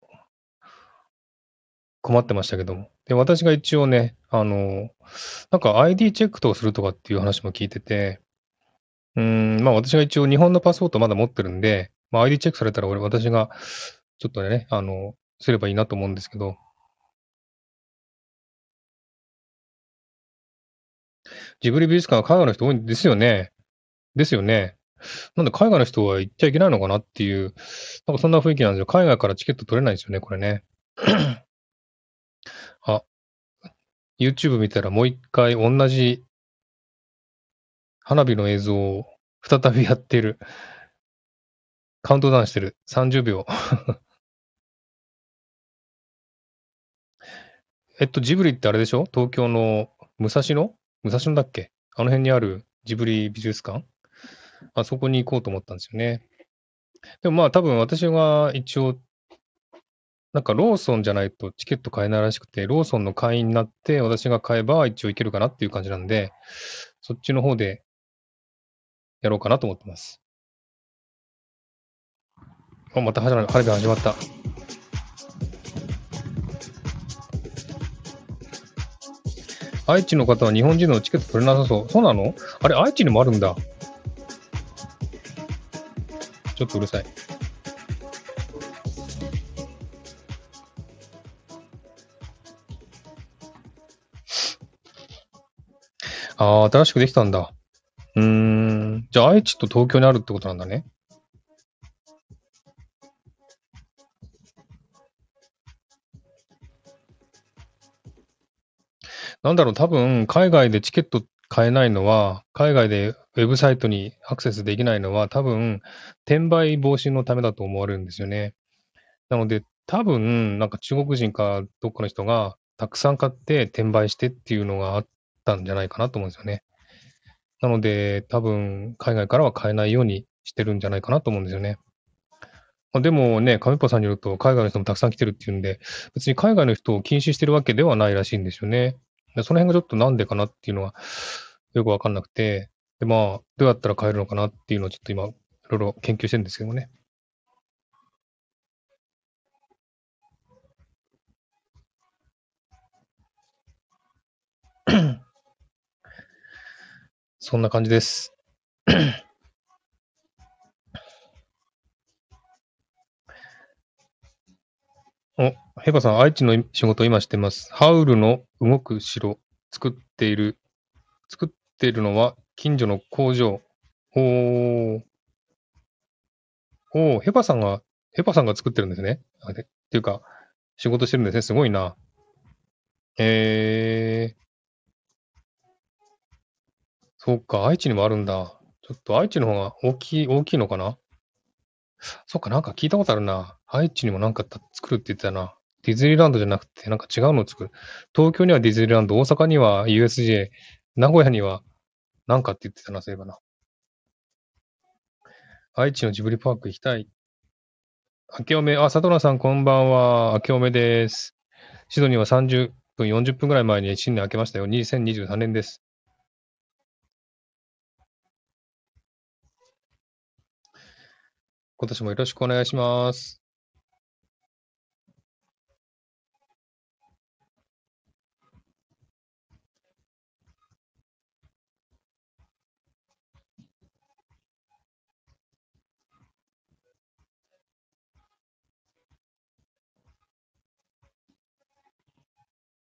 困ってましたけども。で、私が一応ね、あの、なんか アイディー チェックとかするとかっていう話も聞いてて、うーん、まあ私が一応日本のパスポートまだ持ってるんで、まあ アイディー チェックされたら俺、私がちょっとね、あの、すればいいなと思うんですけど、ジブリ美術館は海外の人多いんですよね。ですよね。なんで海外の人は行っちゃいけないのかなっていう、なんかそんな雰囲気なんですよ。海外からチケット取れないんですよね、これね。あ、YouTube 見たらもう一回同じ花火の映像を再びやってる。カウントダウンしてる。さんじゅうびょう。えっと、ジブリってあれでしょ東京の武蔵野武蔵野だっけあの辺にあるジブリ美術館あそこに行こうと思ったんですよね。でもまあ多分私が一応、なんかローソンじゃないとチケット買えないらしくて、ローソンの会員になって私が買えば一応行けるかなっていう感じなんで、そっちの方でやろうかなと思ってます。あ、また花火始まった。愛知の方は日本人のチケット取れなさそう。そうなのあれ、愛知にもあるんだ。ちょっとうるさい。ああ、新しくできたんだ。うーん。じゃあ愛知と東京にあるってことなんだね。なんだろう、多分、海外でチケット買えないのは、海外でウェブサイトにアクセスできないのは、多分、転売防止のためだと思われるんですよね。なので、多分、なんか中国人かどっかの人がたくさん買って転売してっていうのがあったんじゃないかなと思うんですよね。なので、多分、海外からは買えないようにしてるんじゃないかなと思うんですよね。まあ、でもね、亀っぽさんによると、海外の人もたくさん来てるっていうんで、別に海外の人を禁止してるわけではないらしいんですよね。で、その辺がちょっとなんでかなっていうのはよくわかんなくて、で、まあ、どうやったら買えるのかなっていうのをちょっと今、いろいろ研究してるんですけどもね。そんな感じです。お、ヘバさん、愛知の仕事を今してます。ハウルの動く城、作っている、作っているのは近所の工場。おー、おー、ヘバさんが、ヘバさんが作ってるんですね。あれっていうか、仕事してるんですね。すごいな。えー、そうか、愛知にもあるんだ。ちょっと愛知の方が大きい、大きいのかな。そうか、なんか聞いたことあるな。愛知にもなんかた作るって言ってたな。ディズニーランドじゃなくて、なんか違うのを作る。東京にはディズニーランド、大阪には ユーエスジェー、名古屋にはなんかって言ってたな、そういえばな。愛知のジブリパーク行きたい。明けおめ、あ、佐藤さんこんばんは。明けおめです。シドニーはさんじゅっぷん、よんじゅっぷんぐらい前に新年明けましたよ。にせんにじゅうさんねんです。今年もよろしくお願いします。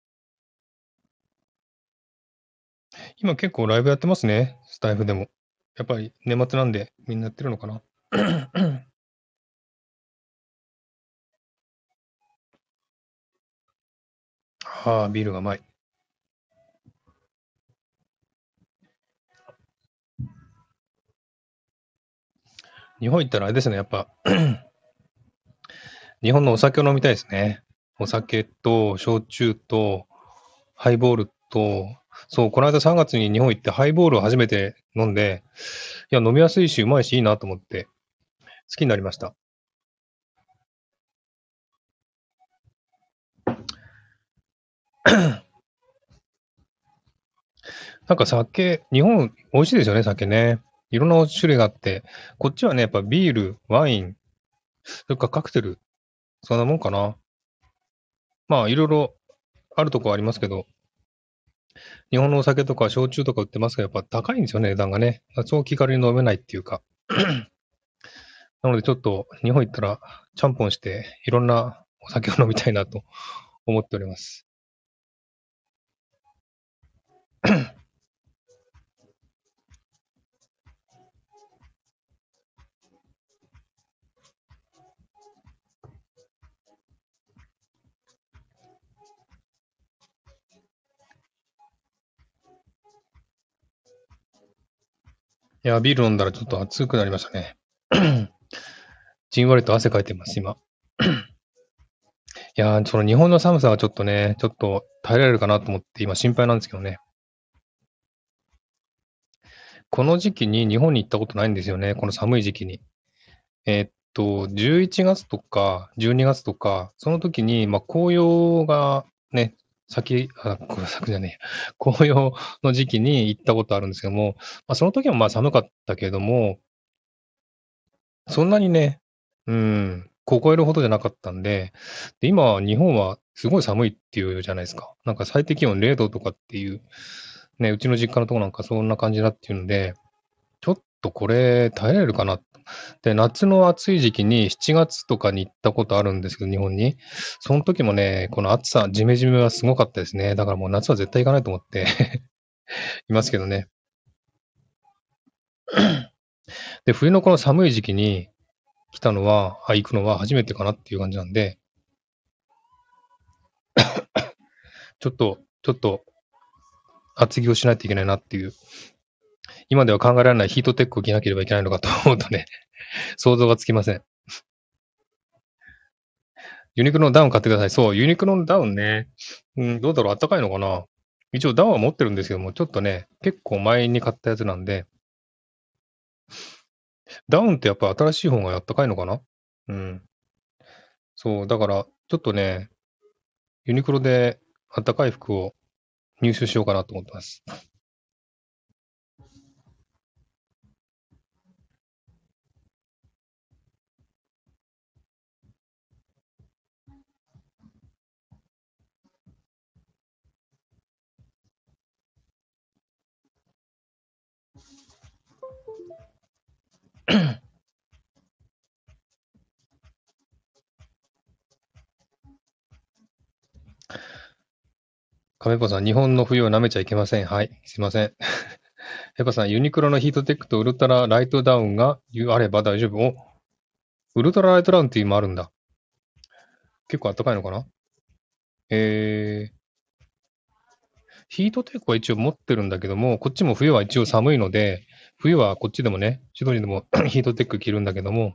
今結構ライブやってますね。スタイフでも。 やっぱり年末なんでみんなやってるのかな。ああ、ビールがうまい。日本行ったらあれですね、やっぱ日本のお酒を飲みたいですね。お酒と、焼酎と、ハイボールと、そう、この間さんがつに日本行ってハイボールを初めて飲んで、いや、飲みやすいし、うまいし、いいなと思って、好きになりました。なんか酒、日本美味しいですよね、酒ね。いろんな種類があって、こっちはね、やっぱビール、ワイン、それからカクテル、そんなもんかな。まあ、いろいろあるとこはありますけど、日本のお酒とか焼酎とか売ってますけど、やっぱ高いんですよね、値段がね。そう気軽に飲めないっていうか。なのでちょっと日本行ったら、ちゃんぽんして、いろんなお酒を飲みたいなと思っております。いや、ビール飲んだらちょっと熱くなりましたね。じんわりと汗かいてます、今。いやー、その日本の寒さはちょっとね、ちょっと耐えられるかなと思って今心配なんですけどね。この時期に日本に行ったことないんですよね、この寒い時期に。えーっと、じゅういちがつとかじゅうにがつとか、その時に、まあ、紅葉がね、咲き、あ、これ咲くじゃねえや。紅葉の時期に行ったことあるんですけども、まあ、その時はまあ寒かったけれども、そんなにね、うん、凍えるほどじゃなかったんで、で、今日本はすごい寒いっていうじゃないですか。なんか最低気温れいどとかっていう、ね、うちの実家のとこなんかそんな感じだっていうんで、ちょっとこれ耐えられるかな。で、夏の暑い時期にしちがつとかに行ったことあるんですけど、日本に。その時もね、この暑さ、ジメジメはすごかったですね。だからもう夏は絶対行かないと思っていますけどね。で、冬のこの寒い時期に来たのは、あ、行くのは初めてかなっていう感じなんで、ちょっと、ちょっと厚着をしないといけないなっていう、今では考えられないヒートテックを着なければいけないのかと思うとね、想像がつきません。ユニクロのダウン買ってください。そう、ユニクロのダウンね。うん、どうだろう、あったかいのかな。一応ダウンは持ってるんですけども、ちょっとね、結構前に買ったやつなんで、ダウンってやっぱ新しい方があったかいのかな。うん。そう、だから、ちょっとね、ユニクロであったかい服を入手しようかなと思ってます。亀子さん、日本の冬を舐めちゃいけません。はい、すいません。ヘパさん、ユニクロのヒートテックとウルトラライトダウンがあれば大丈夫。お、ウルトラライトダウンっていうのもあるんだ。結構あったかいのかな。えー、ヒートテックは一応持ってるんだけども、こっちも冬は一応寒いので、冬はこっちでもね、シドニーでもヒートテック着るんだけども、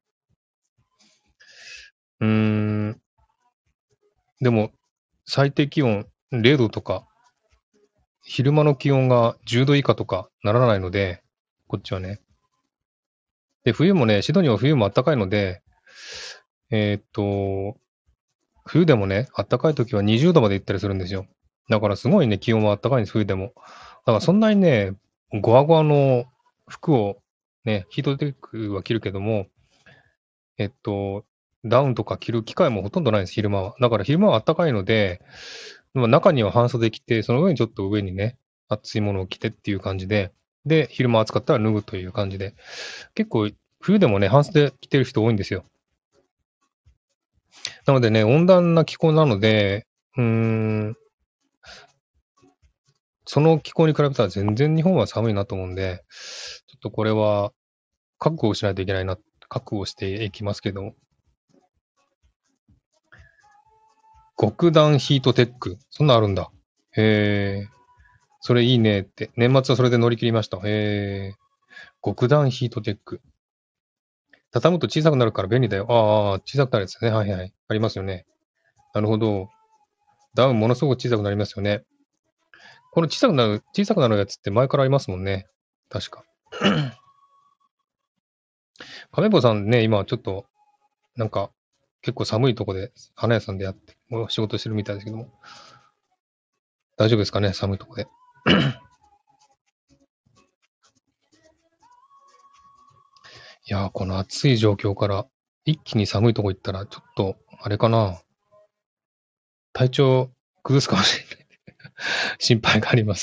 うーん、でも最低気温れいどとか、昼間の気温がじゅうど以下とかならないので、こっちはね。で、冬もね、シドニーは冬も暖かいので、えーっと、冬でもね、暖かい時はにじゅうどまで行ったりするんですよ。だからすごいね、気温は暖かいんです、冬でも。だからそんなにね、ゴワゴワの服をね、ヒートテックは着るけども、えっと、ダウンとか着る機会もほとんどないんです、昼間は。だから昼間は暖かいので、まあ、中には半袖着て、その上にちょっと上にね、厚いものを着てっていう感じで、で、昼間暑かったら脱ぐという感じで、結構冬でもね、半袖着てる人多いんですよ。なのでね、温暖な気候なので、うーん、 その気候に比べたら全然日本は寒いなと思うんで、ちょっとこれは覚悟をしないといけないな、覚悟していきますけど、極暖ヒートテック。そんなんあるんだ。へえ。それいいねって。年末はそれで乗り切りました。へえ。極暖ヒートテック。畳むと小さくなるから便利だよ。ああ、小さくなるやつね。はいはい。ありますよね。なるほど。ダウンものすごく小さくなりますよね。この小さくなる、小さくなるやつって前からありますもんね。確か。亀坊さんね、今ちょっと、なんか、結構寒いとこで、花屋さんでやって、もう仕事してるみたいですけども。大丈夫ですかね、寒いとこで。いやー、この暑い状況から、一気に寒いとこ行ったら、ちょっと、あれかな。体調崩すかもしれない。心配があります。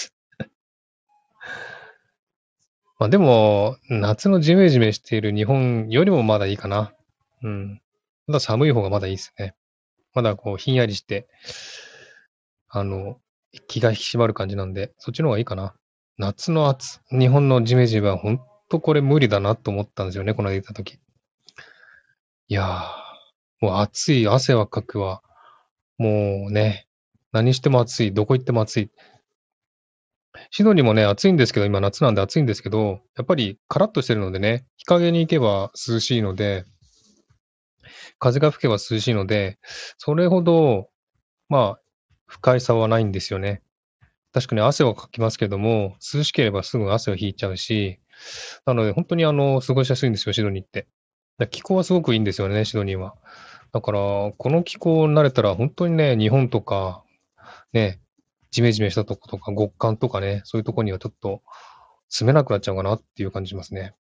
まあでも、夏のジメジメしている日本よりもまだいいかな。うん。まだ寒い方がまだいいですね。まだこう、ひんやりして、あの、気が引き締まる感じなんで、そっちの方がいいかな。夏の暑、日本のジメジメは本当これ無理だなと思ったんですよね、この間行った時。いやー、もう暑い、汗はかくわ。もうね、何しても暑い、どこ行っても暑い。シドニーもね、暑いんですけど、今夏なんで暑いんですけど、やっぱりカラッとしてるのでね、日陰に行けば涼しいので、風が吹けば涼しいので、それほど、まあ、不快さはないんですよね。確かに汗はかきますけども、涼しければすぐ汗を引いちゃうし、なので本当にあの、過ごしやすいんですよ、シドニーって。だ気候はすごくいいんですよね、シドニーは。だから、この気候に慣れたら本当にね、日本とか、ね、ジメジメしたとことか、極寒とかね、そういうとこにはちょっと住めなくなっちゃうかなっていう感じしますね。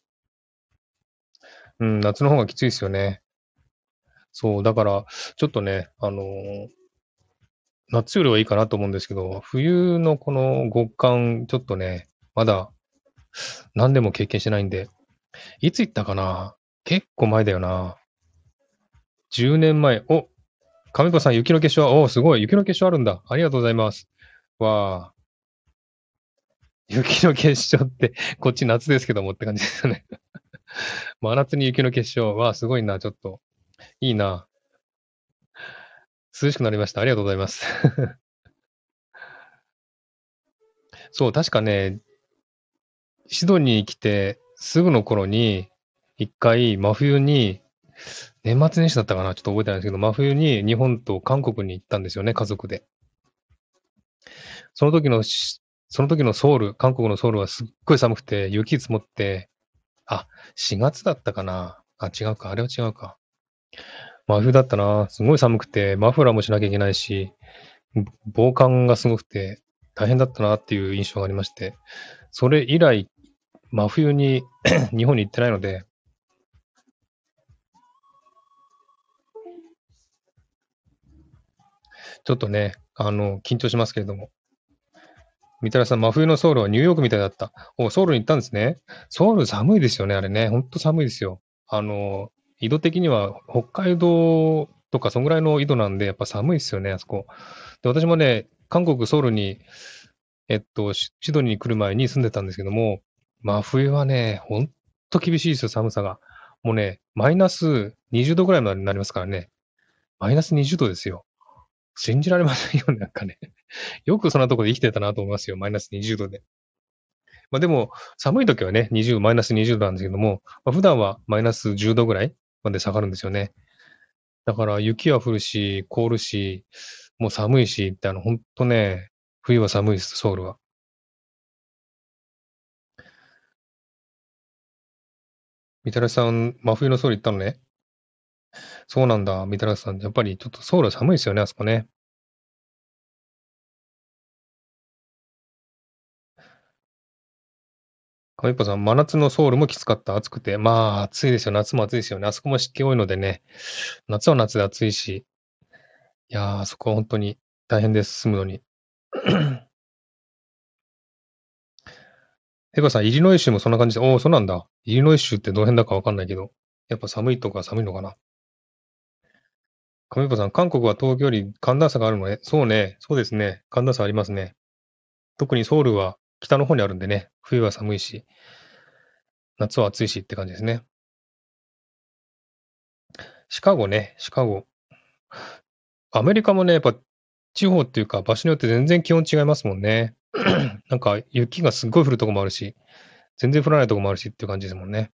うん、夏の方がきついですよね。そう、だから、ちょっとね、あのー夏よりはいいかなと思うんですけど、冬のこの極寒、ちょっとね、まだ何でも経験してないんで、いつ行ったかな。結構前だよな。じゅうねんまえ。お、亀子さん、雪の結晶、お、すごい、雪の結晶あるんだ。ありがとうございます。わあ、雪の結晶って、こっち夏ですけどもって感じですよね。真夏に雪の結晶。わあ、すごいな、ちょっと。いいな。涼しくなりました。ありがとうございます。そう、確かね、シドニーに来てすぐの頃に、一回真冬に、年末年始だったかな、ちょっと覚えてないんですけど、真冬に日本と韓国に行ったんですよね、家族で。その時のし、その時のソウル、韓国のソウルはすっごい寒くて、雪積もって、あ、しがつだったかな。あ、違うか、あれは違うか。真冬だったな。すごい寒くて、マフラーもしなきゃいけないし、防寒がすごくて、大変だったなっていう印象がありまして、それ以来、真冬に日本に行ってないので、ちょっとね、あの、緊張しますけれども。みたらしさん、真冬のソウルはニューヨークみたいだった。お、ソウルに行ったんですね。ソウル寒いですよね、あれね。ほんと寒いですよ。あの、緯度的には北海道とかそんぐらいの緯度なんで、やっぱ寒いですよね、あそこ。で、私もね、韓国ソウルに、えっと、シシドニーに来る前に住んでたんですけども、真冬はね、ほんと厳しいですよ、寒さが。もうね、マイナスにじゅうどぐらいまでになりますからね。マイナスにじゅうどですよ。信じられませんよね、なんかね。よくそんなとこで生きてたなと思いますよ。マイナスにじゅうどで。まあでも、寒い時はね、にじゅう、マイナスにじゅうどなんですけども、まあ、普段はマイナスじゅうどぐらいまで下がるんですよね。だから雪は降るし、凍るし、もう寒いしって、あの、ほんとね、冬は寒いです、ソウルは。みたらしさん、真冬のソウル行ったのね。そうなんだ、みたらしさん。やっぱりちょっとソウルは寒いですよね、あそこね。かみっぽさん、真夏のソウルもきつかった。暑くて。まあ、暑いですよ。夏も暑いですよね。あそこも湿気多いのでね。夏は夏で暑いし。いやー、あそこは本当に大変です。住むのに。エコさん、イリノイ州もそんな感じで、おお、そうなんだ。イリノイ州ってどの辺だかわかんないけど、やっぱ寒いとか寒いのかな。カメポさん、韓国は東京より寒暖差があるのね。そうね。そうですね。寒暖差ありますね。 特にソウルは北の方にあるんでね、冬は寒いし、夏は暑いしって感じですね。シカゴね、シカゴ。アメリカもね、やっぱ地方っていうか場所によって全然気温違いますもんね。なんか雪がすっごい降るとこもあるし、全然降らないとこもあるしっていう感じですもんね。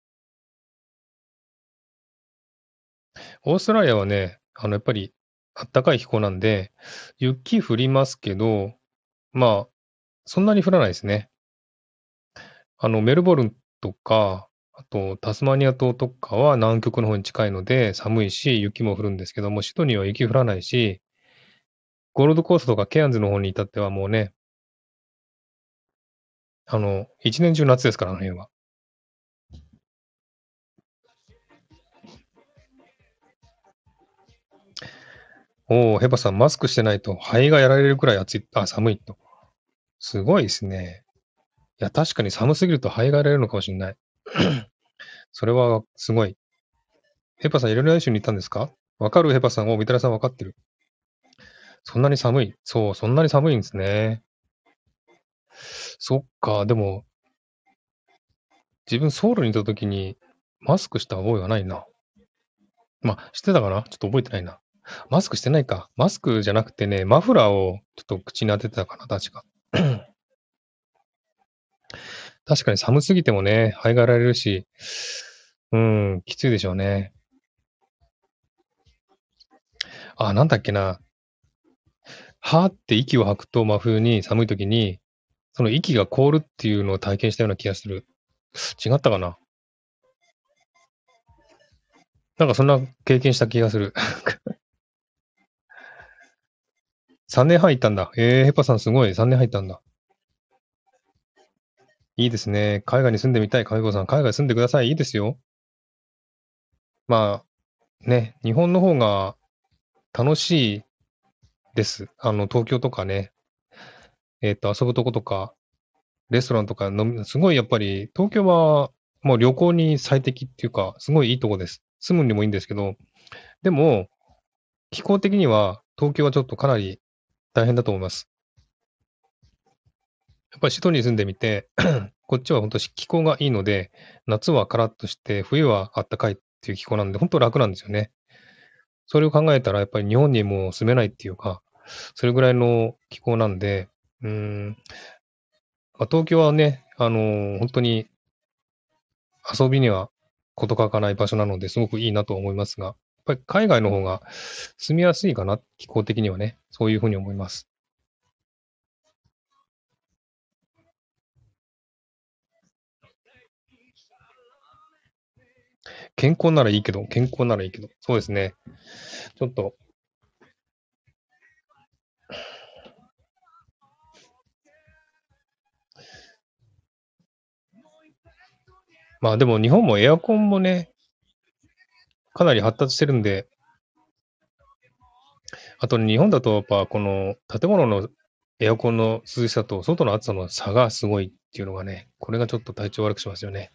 オーストラリアはね、あのやっぱりあったかい気候なんで、雪降りますけど、まあ、そんなに降らないですね。あのメルボルンとか、あとタスマニア島とかは南極の方に近いので寒いし、雪も降るんですけども、シドニーは雪降らないし、ゴールドコーストとかケアンズの方に至ってはもうね、あの、一年中夏ですから、あの辺は。おお、ヘバさん、マスクしてないと肺がやられるくらい暑い、あ、寒いと。すごいですね。いや、確かに寒すぎると肺がやられるのかもしれない。それはすごい。ヘバさん、いろいろな種に行ったんですか？わかるヘバさんを、みたらさんわかってる。そんなに寒い。そう、そんなに寒いんですね。そっか、でも、自分ソウルにいた時に、マスクした覚えはないな。まあ、してたかなちょっと覚えてないな。マスクしてないか。マスクじゃなくてね、マフラーをちょっと口に当ててたかな、確か。確かに寒すぎてもね、肺がやられるし、うーん、きついでしょうね。あ、なんだっけな。はーって息を吐くと真冬に寒い時に、その息が凍るっていうのを体験したような気がする。違ったかな。なんかそんな経験した気がする。さんねんはん行ったんだ。えー、ヘッパさんすごい。さんねん入ったんだ。いいですね。海外に住んでみたい。海外さん、海外住んでください。いいですよ。まあ、ね、日本の方が楽しいです。あの、東京とかね、えっと、遊ぶとことか、レストランとか飲みすごいやっぱり、東京はもう旅行に最適っていうか、すごいいいとこです。住むにもいいんですけど、でも、気候的には東京はちょっとかなり大変だと思います。やっぱりシドニーに住んでみて、こっちは本当気候がいいので、夏はカラッとして、冬はあったかいっていう気候なんで、本当楽なんですよね。それを考えたらやっぱり日本にもう住めないっていうか、それぐらいの気候なんで、うーん、まあ、東京はね、あのー本当に遊びには事欠かない場所なので、すごくいいなと思いますが、やっぱり海外の方が住みやすいかな、気候的にはね。そういうふうに思います。健康ならいいけど、健康ならいいけど、そうですね。ちょっと、まあでも日本もエアコンもね、かなり発達してるんで、あと日本だとやっぱこの建物のエアコンの涼しさと外の暑さの差がすごいっていうのがね、これがちょっと体調悪くしますよね。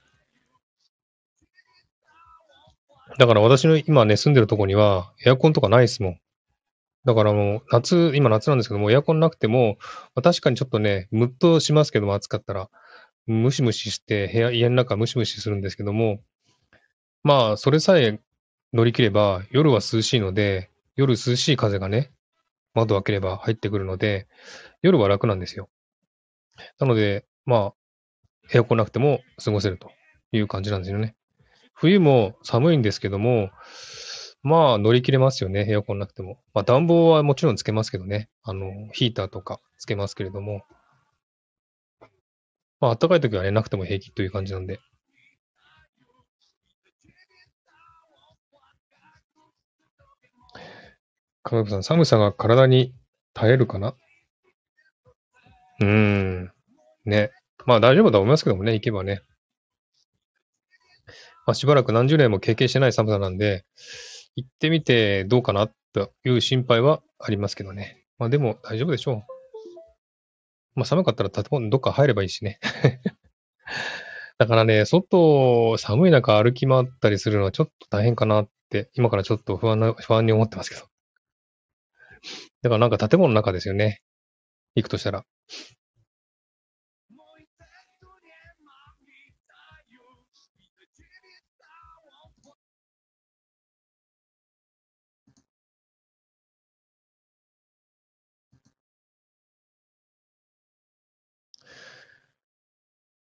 だから私の今ね、住んでるとこにはエアコンとかないですもん。だからもう夏、今夏なんですけども、エアコンなくても、まあ、確かにちょっとね、ムッとしますけども、暑かったら、ムシムシして、部屋、家の中ムシムシするんですけども、まあ、それさえ乗り切れば、夜は涼しいので、夜涼しい風がね、窓開ければ入ってくるので、夜は楽なんですよ。なので、まあ、エアコンなくても過ごせるという感じなんですよね。冬も寒いんですけども、まあ乗り切れますよね、エアコンなくても。まあ暖房はもちろんつけますけどね。あの、ヒーターとかつけますけれども、まあ暖かい時はね、なくても平気という感じなんで。かがくさん、寒さが体に耐えるかな？うーん、ね。まあ大丈夫だと思いますけどもね、行けばね。まあしばらく何十年も経験してない寒さなんで、行ってみてどうかなという心配はありますけどね。まあでも大丈夫でしょう。まあ寒かったら建物どっか入ればいいしね。だからね、外、寒い中歩き回ったりするのはちょっと大変かなって、今からちょっと不安な不安に思ってますけど。だからなんか建物の中ですよね。行くとしたら。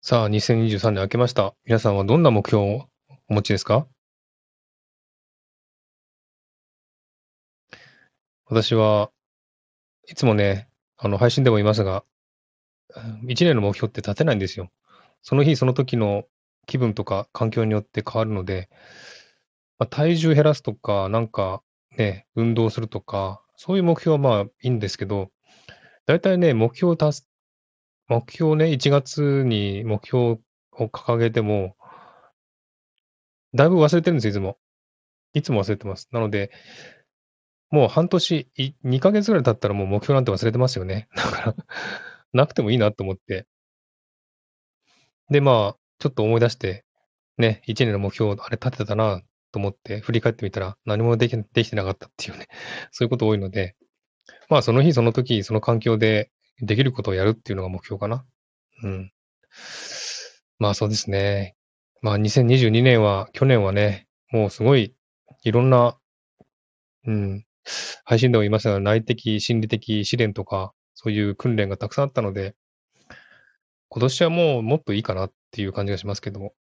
さあ、にせんにじゅうさんねん明けました。皆さんはどんな目標をお持ちですか？私はいつもね、あの、配信でも言いますが、いちねんの目標って立てないんですよ。その日その時の気分とか環境によって変わるので、まあ、体重減らすとか、なんかね、運動するとか、そういう目標はまあいいんですけど、だいたいね、目標を達す目標をね、いちがつに目標を掲げても、だいぶ忘れてるんですよ、いつも。いつも忘れてます。なので、もう半年、いにかげつぐらい経ったらもう目標なんて忘れてますよね。だからなくてもいいなと思って。で、まあ、ちょっと思い出して、ね、いちねんの目標、あれ立てたなと思って振り返ってみたら、何もできできてなかったっていうね、そういうこと多いので、まあ、その日その時、その環境でできることをやるっていうのが目標かな。うん。まあ、そうですね。まあ、にせんにじゅうにねんは、去年はね、もうすごいいろんな、うん、配信でも言いましたが、内的、心理的試練とか、そういう訓練がたくさんあったので、今年はもうもっといいかなっていう感じがしますけども。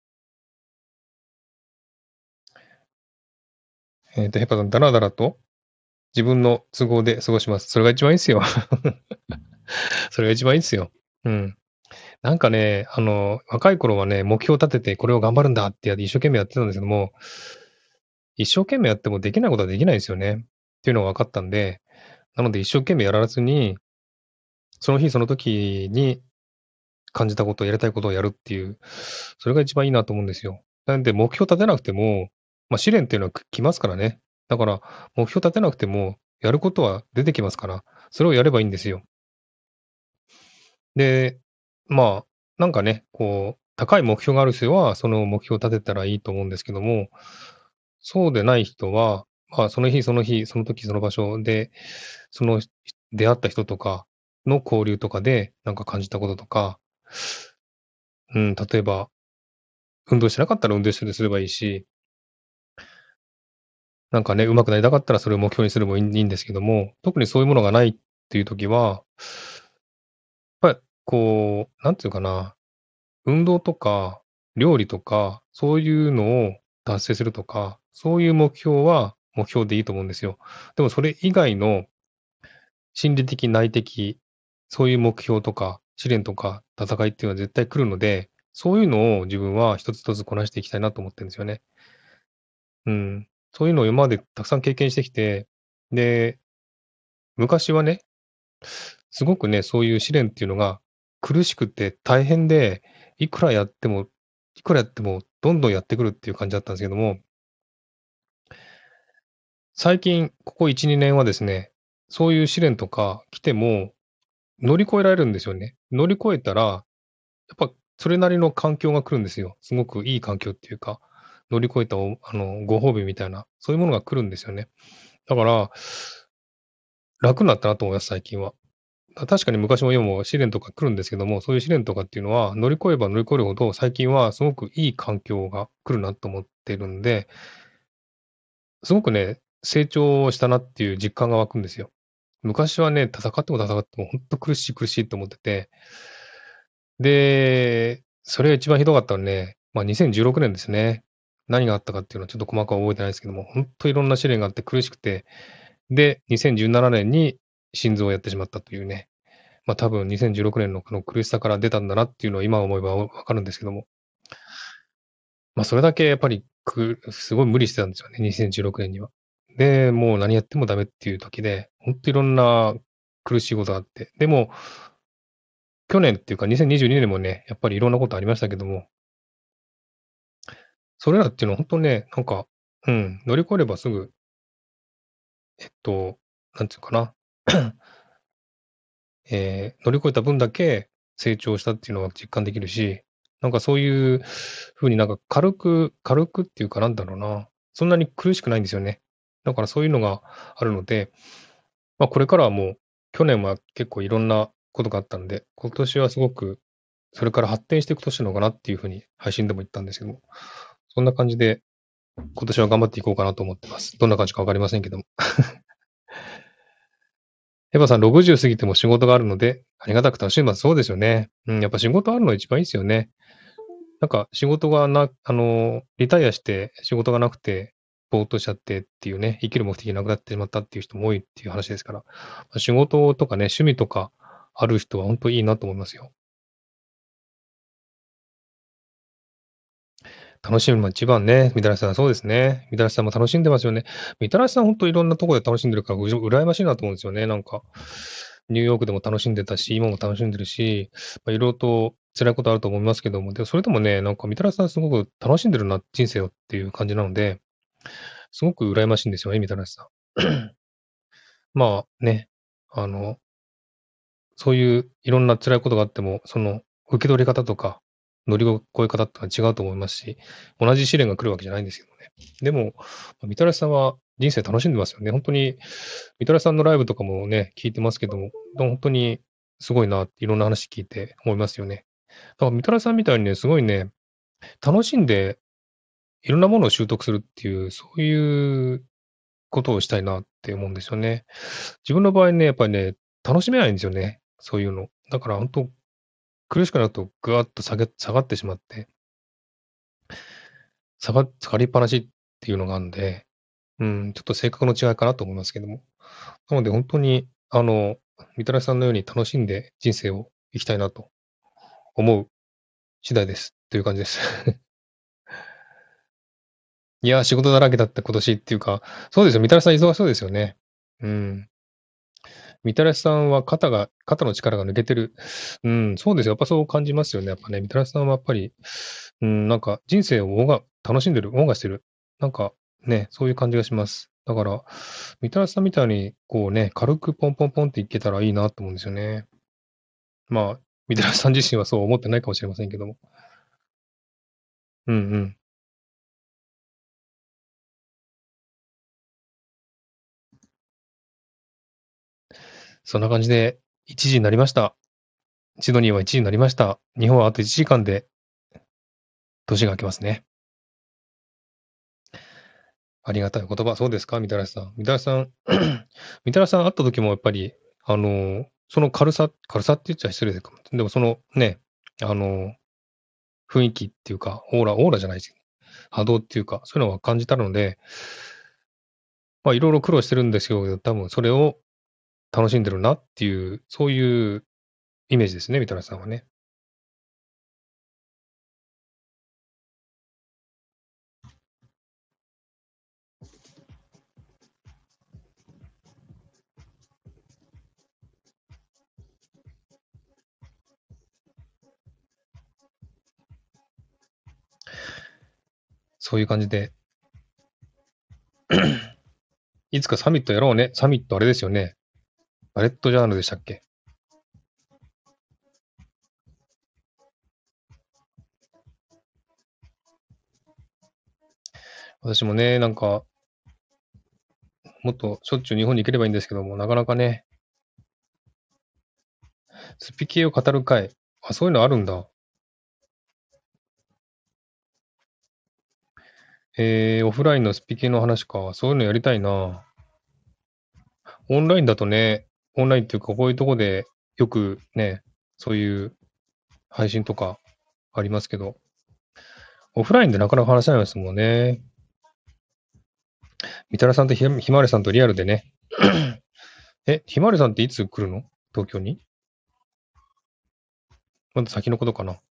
えっと、ヘッパさん、だらだらと自分の都合で過ごします。それが一番いいっすよ。それが一番いいっすよ。うん。なんかね、あの、若い頃はね、目標を立ててこれを頑張るんだってやって一生懸命やってたんですけども、一生懸命やってもできないことはできないんですよね。っていうのが分かったんで、なので一生懸命やらずに、その日その時に感じたこと、やりたいことをやるっていう、それが一番いいなと思うんですよ。なんで目標立てなくても、ま、試練っていうのはく来ますからね。だから、目標立てなくても、やることは出てきますから、それをやればいいんですよ。で、まあ、なんかね、こう、高い目標がある人は、その目標を立てたらいいと思うんですけども、そうでない人は、まあ、その日その日、その時その場所で、その、出会った人とかの交流とかで、なんか感じたこととか、うん、例えば運動してなかったら運動してすればいいし、なんかね、上手くなりたかったらそれを目標にすればいいいいんですけども、特にそういうものがないっていう時は、やっぱりこう、なんていうかな、運動とか料理とか、そういうのを達成するとか、そういう目標は目標でいいと思うんですよ。でもそれ以外の心理的、内的、そういう目標とか、試練とか戦いっていうのは絶対来るので、そういうのを自分は一つ一つこなしていきたいなと思ってるんですよね。うん。そういうのを今までたくさん経験してきて、で、昔はね、すごくね、そういう試練っていうのが苦しくて大変で、いくらやってもいくらやってもどんどんやってくるっていう感じだったんですけども、最近ここいち、にねんはですね、そういう試練とか来ても乗り越えられるんですよね。乗り越えたら、やっぱそれなりの環境が来るんですよ。すごくいい環境っていうか、乗り越えたおあの、ご褒美みたいな、そういうものが来るんですよね。だから楽になったなと思います、最近は。あ、確かに昔も今も試練とか来るんですけども、そういう試練とかっていうのは、乗り越えれば乗り越えるほど、最近はすごくいい環境が来るなと思ってるんで、すごくね、成長したなっていう実感が湧くんですよ。昔はね、戦っても戦ってもほんと苦しい苦しいと思ってて、で、それが一番ひどかったのね、ま、にせんじゅうろくねんですね。何があったかっていうのはちょっと細かく覚えてないですけども、ほんといろんな試練があって苦しくて、で、にせんじゅうななねんに心臓をやってしまったというね。ま、多分にせんじゅうろくねんのこの苦しさから出たんだなっていうのは今思えばわ分かるんですけども、ま、それだけやっぱり、くすごい無理してたんですよね、にせんじゅうろくねんには。で、もう何やってもダメっていう時で、ほんといろんな苦しいことがあって、でも、去年っていうかにせんにじゅうにねんもね、やっぱりいろんなことありましたけども、それらっていうのはほんとね、なんか、うん、乗り越えればすぐ、えっと、なんていうかな、えー乗り越えた分だけ成長したっていうのは実感できるし、なんかそういう風になんか軽く軽くっていうかなんだろうな、そんなに苦しくないんですよね。だからそういうのがあるので、ま、これからはもう、去年は結構いろんなことがあったんで、今年はすごくそれから発展していく年なのかなっていう風に配信でも言ったんですけども、そんな感じで今年は頑張っていこうかなと思ってます。どんな感じか分かりませんけども。 エヴァさんろくじゅう過ぎても仕事があるので、ありがたく楽しみます。そうですよね。うん、やっぱ仕事あるの一番いいですよね。なんか仕事がなあの、リタイアして仕事がなくて、ぼーっとしちゃってっていうね、生きる目的なくなってしまったっていう人も多いっていう話ですから、ま、仕事とかね、趣味とかある人はほんといいなと思いますよ。楽しむのが一番ね、みたらしさん、そうですね。みたらしさんも楽しんでますよね。みたらしさんほんといろんなとこで楽しんでるから、うじょ羨ましいなと思うんですよね、なんか。ニューヨークでも楽しんでたし、今も楽しんでるし、ま、色々と辛いことあると思いますけども、でもそれでもね、なんかみたらしさんすごく楽しんでるな、人生をっていう感じなので、すごく羨ましいんですよね、みたらしさん。まあ、ね、あのそういういろんな辛いことがあっても、その受け取り方とか、乗り越え方ってのは違うと思いますし、同じ試練が来るわけじゃないんですけどね。でも、ま、みたらしさんは人生楽しんでますよね。ほんとに、みたらしさんのライブとかもね、聞いてますけども、ほんとにすごいなっていろんな話聞いて思いますよね。だからみたらしさんみたいにね、すごいね、楽しんでいろんなものを習得するっていう、そういうことをしたいなって思うんですよね。自分の場合ね、やっぱりね、楽しめないんですよね、そういうの。だからほんと、苦しくなるとぐわっと下げ下がってしまって下が下がりっぱなしっていうのがあんで、うん、ちょっと性格の違いかなと思いますけども。なのでほんとに、あの、みたらしさんのように楽しんで人生を生きたいなと思う次第です、という感じです。いや、仕事だらけだった今年っていうか、そうですよ、みたらしさん忙しそうですよね。うん。みたらしさんは肩が肩の力が抜けてる。うん、そうですよ。やっぱそう感じますよね、やっぱね。みたらしさんはやっぱり、うん、なんか人生をおうが楽しんでる、謳歌してる。なんか、ね、そういう感じがします。だから、みたらしさんみたいに、こうね、軽くポンポンポンっていけたらいいなと思うんですよね。まあ、みたらしさん自身はそう思ってないかもしれませんけども。うんうん。そんな感じで、いちじになりました。シドニーはいちじになりました。日本はあといちじかんで年が明けますね。ありがたいお言葉、そうですか？みたらしさん。みたらしさんみたらしさん会った時もやっぱり、あの、その軽さ軽さって言っちゃ失礼でかも。でもそのね、あの、雰囲気っていうか、オーラオーラじゃないす波動っていうか、そういうのは感じたのでま、色々苦労してるんですよ、多分それを楽しんでるなっていう、そういうイメージですね、みたらしさんはね。そういう感じでいつかサミットやろうね。サミットあれですよね。バレットジャーナルでしたっけ？私もね、なんかもっとしょっちゅう日本に行ければいいんですけども、なかなかね。スピ系を語る会。あ、そういうのあるんだ。へえ、オフラインのスピ系の話か。そういうのやりたいな。オンラインだとね、オンラインっていうか、こういうとこでよくね、そういう配信とかありますけど。オフラインでなかなか話せないですもんね。みたらさんとひやひまわりさんとリアルでね。え、ひまわりさんっていつ来るの？東京に？まだ先のことかな。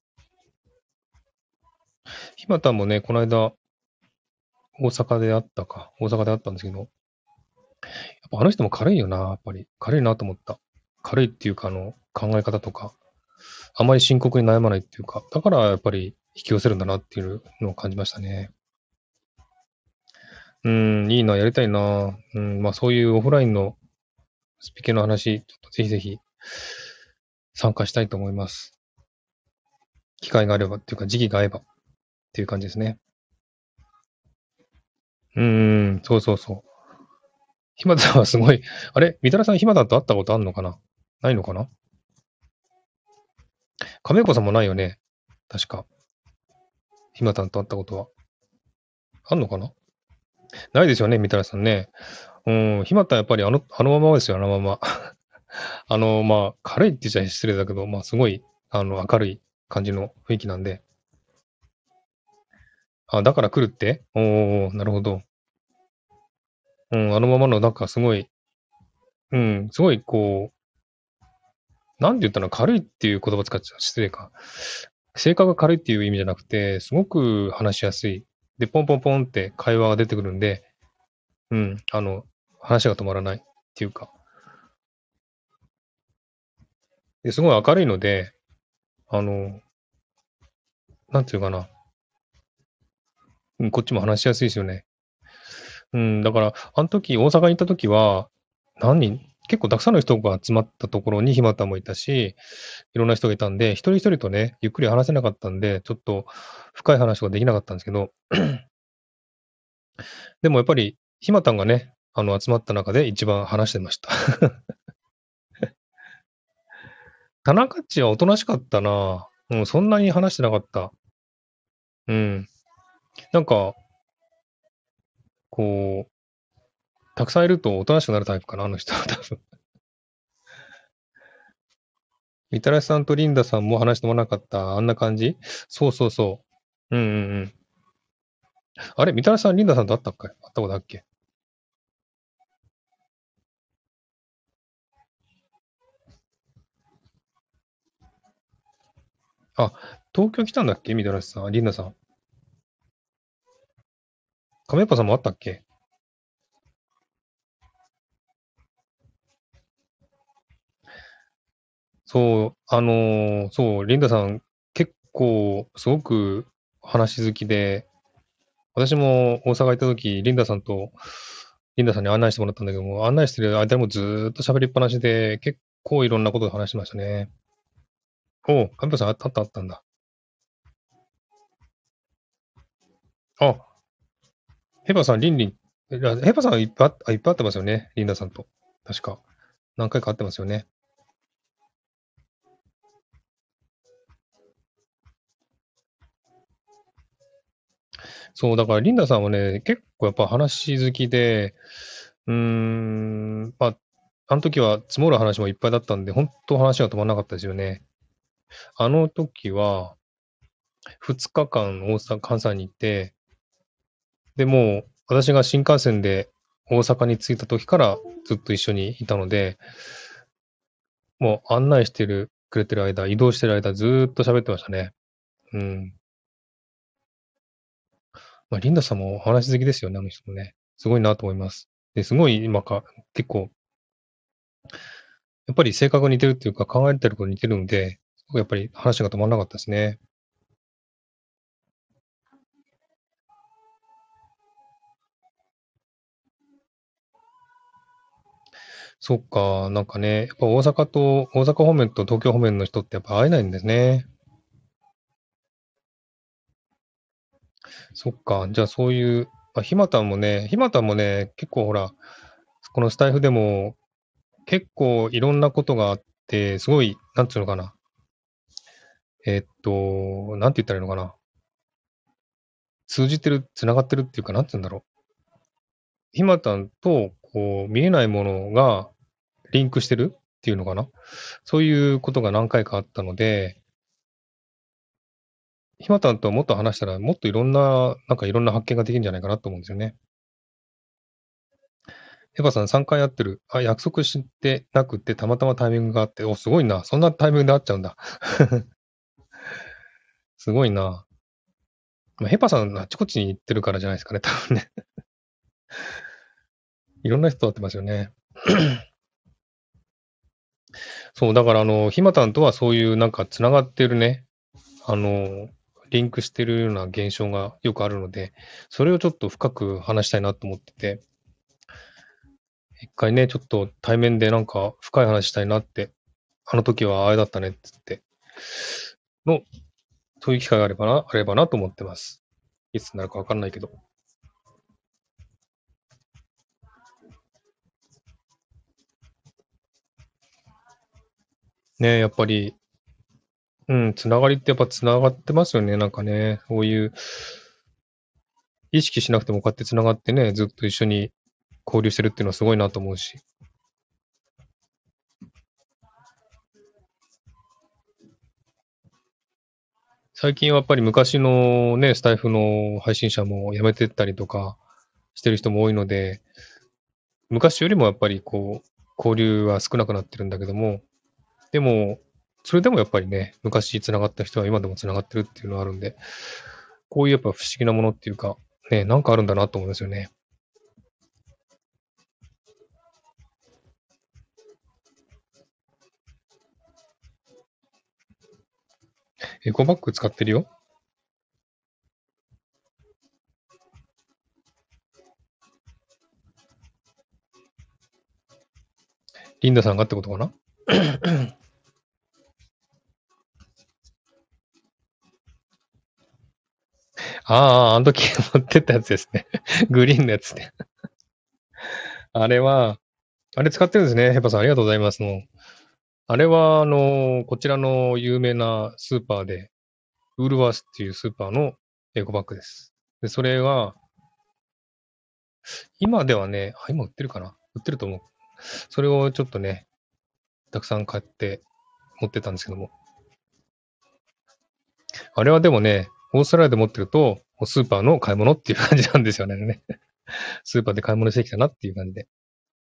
ひまたんもね、こないだ大阪で会ったか。大阪で会ったんですけど。やっぱあの人も軽いよな、やっぱり。軽いなと思った。軽いっていうか、あの、考え方とか、あまり深刻に悩まないっていうか、だからやっぱり引き寄せるんだなっていうのを感じましたね。うーん、いいな、やりたいな。うん、ま、そういうオフラインのスピ系の話、ちょっとぜひぜひ参加したいと思います。機会があればっていうか、時期が合えばっていう感じですね。うんうん、そうそうそう。ひまたんはすごいあれ、みたらさん、ひまたんと会ったことあんのかな？ないのかな？亀うこさんもないよね？確か。ひまたんと会ったことは。あんのかな？ないですよね、みたらしさんね。 うん、ひまたんやっぱりあの、あのままですよ、あのまま。あの、まあ、軽いって言っちゃ失礼だけど、まあ、すごい、あの、明るい感じの雰囲気なんで。あ、だから来るって？おお、なるほど。うん、あのままのなんかすごい、うん、すごいこう、なんて言ったの、軽いっていう言葉使っちゃ失礼か。性格が軽いっていう意味じゃなくて、すごく話しやすい。で、ポンポンポンって会話が出てくるんで、うん、あの、話が止まらないっていうか。で、すごい明るいので、あの、なんていうかな、うん、こっちも話しやすいですよね。うん、だから、あん時、大阪に行った時は、何人結構たくさんの人が集まったところにひまたんもいたし、いろんな人がいたんで、一人一人とね、ゆっくり話せなかったんで、ちょっと深い話ができなかったんですけど、でもやっぱり、ひまたんがね、あの、集まった中で一番話してました。田中っちはおとなしかったな。うん、そんなに話してなかった。うん。なんか、こう、たくさんいるとおとなしくなるタイプかな、あの人は多分。みたらしさんとリンダさんも話してもらなかった、あんな感じ？そうそうそう。うんうんうん。あれ、みたらしさん、リンダさんと会ったっけ？会ったことあっけ？あ、東京来たんだっけ？みたらしさん、リンダさん。亀っぱさんも会ったっけ？そう、あのーそう、リンダさん、結構、すごく話好きで、私も大阪行った時、リンダさんと、リンダさんに案内してもらったんだけども、案内してる間もずーっと喋りっぱなしで、結構いろんなことで話してましたね。おう、亀っぱさんあったあったあったんだ。あ、ヘパさん、リンリン、えらヘパさんはいっぱいああいっぱい会ってますよね、リンダさんと。確か。何回か会ってますよね。そう、だからリンダさんはね、結構やっぱ話好きで、うーん、まあ、あの時は積もる話もいっぱいだったんで、本当話が止まんなかったですよね。あの時は、ふつかかん大阪、関西に行って、で、もう私が新幹線で大阪に着いた時からずっと一緒にいたので、もう案内してる、くれてる間、移動してる間、ずーっと喋ってましたね。うん。まあ、リンダさんもお話好きですよね、あの人もね。すごいなと思います。で、すごい今か、結構、やっぱり性格が似てるっていうか、考えてること似てるんで、やっぱり話が止まんなかったですね。そっか、なんかね、やっぱ大阪と、大阪方面と東京方面の人ってやっぱ会えないんですね。そっか、じゃあそういう、あ、ひまたんもね、ひまたんもね、結構ほら、このスタイフでも結構いろんなことがあって、すごい、なんつうのかな。えっと、なんて言ったらいいのかな。通じてる、繋がってるっていうか、なんつうんだろう。ひまたんと、こう、見えないものがリンクしてるっていうのかな。そういうことが何回かあったので、ひまたんともっと話したら、もっといろんな、なんかいろんな発見ができるんじゃないかなと思うんですよね。エヴァさんさんかい会ってる。あ、約束してなくて、たまたまタイミングがあって、お、すごいな。そんなタイミングで会っちゃうんだ。すごいな。まあ、ヘパさんあっちこっちに行ってるからじゃないですかね、多分ね。いろんな人と会ってますよね。そう、だからあの、ひまたんとはそういうなんか繋がってるね、あの、リンクしてるような現象がよくあるので、それをちょっと深く話したいなと思ってて、一回ね、ちょっと対面でなんか深い話したいなって、あの時はあれだったねっつって、の、そういう機会があればな、あればなと思ってます。いつになるかわかんないけど。ね、やっぱり、うん、つながりってやっぱつながってますよね、なんかね。そういう、意識しなくてもこうやってつながってね、ずっと一緒に。 交流してるっていうのはすごいなと思うし。最近はやっぱり昔のね、スタイフの配信者も辞めてったりとかしてる人も多いので、昔よりもやっぱりこう、交流は少なくなってるんだけども、でも、それでもやっぱりね、昔繋がった人は今でも繋がってるっていうのはあるんで、こういうやっぱ不思議なものっていうか、ね、なんかあるんだなと思うんですよね。エコバッグ使ってるよ。リンダさんがってことかな。ああ、あの時持ってったやつですね。グリーンのやつね。あれは、あれ使ってるんですね。ヘパさんありがとうございますの。あれは、あの、こちらの有名なスーパーで、ウールワースっていうスーパーのエコバッグです。で、それは、今ではね、あ、今売ってるかな、売ってると思う。それをちょっとね、たくさん買って持ってたんですけども。あれはでもね、オーストラリアで持ってると、スーパーの買い物っていう感じなんですよね。スーパーで買い物してきたなっていう感じで。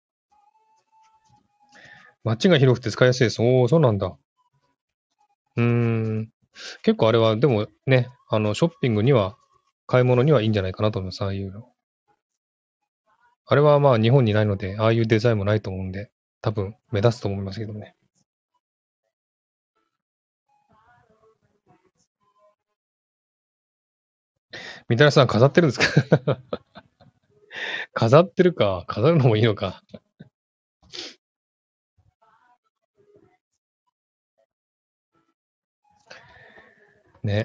街が広くて使いやすいです。おー、そうなんだ。うーん。結構あれは、でもね、あの、ショッピングには、買い物にはいいんじゃないかなと思います。ああいうの。あれはまあ日本にないので、ああいうデザインもないと思うんで、多分目立つと思いますけどね。みたらしさん飾ってるんですか？飾ってるか。飾るのもいいのか。ね。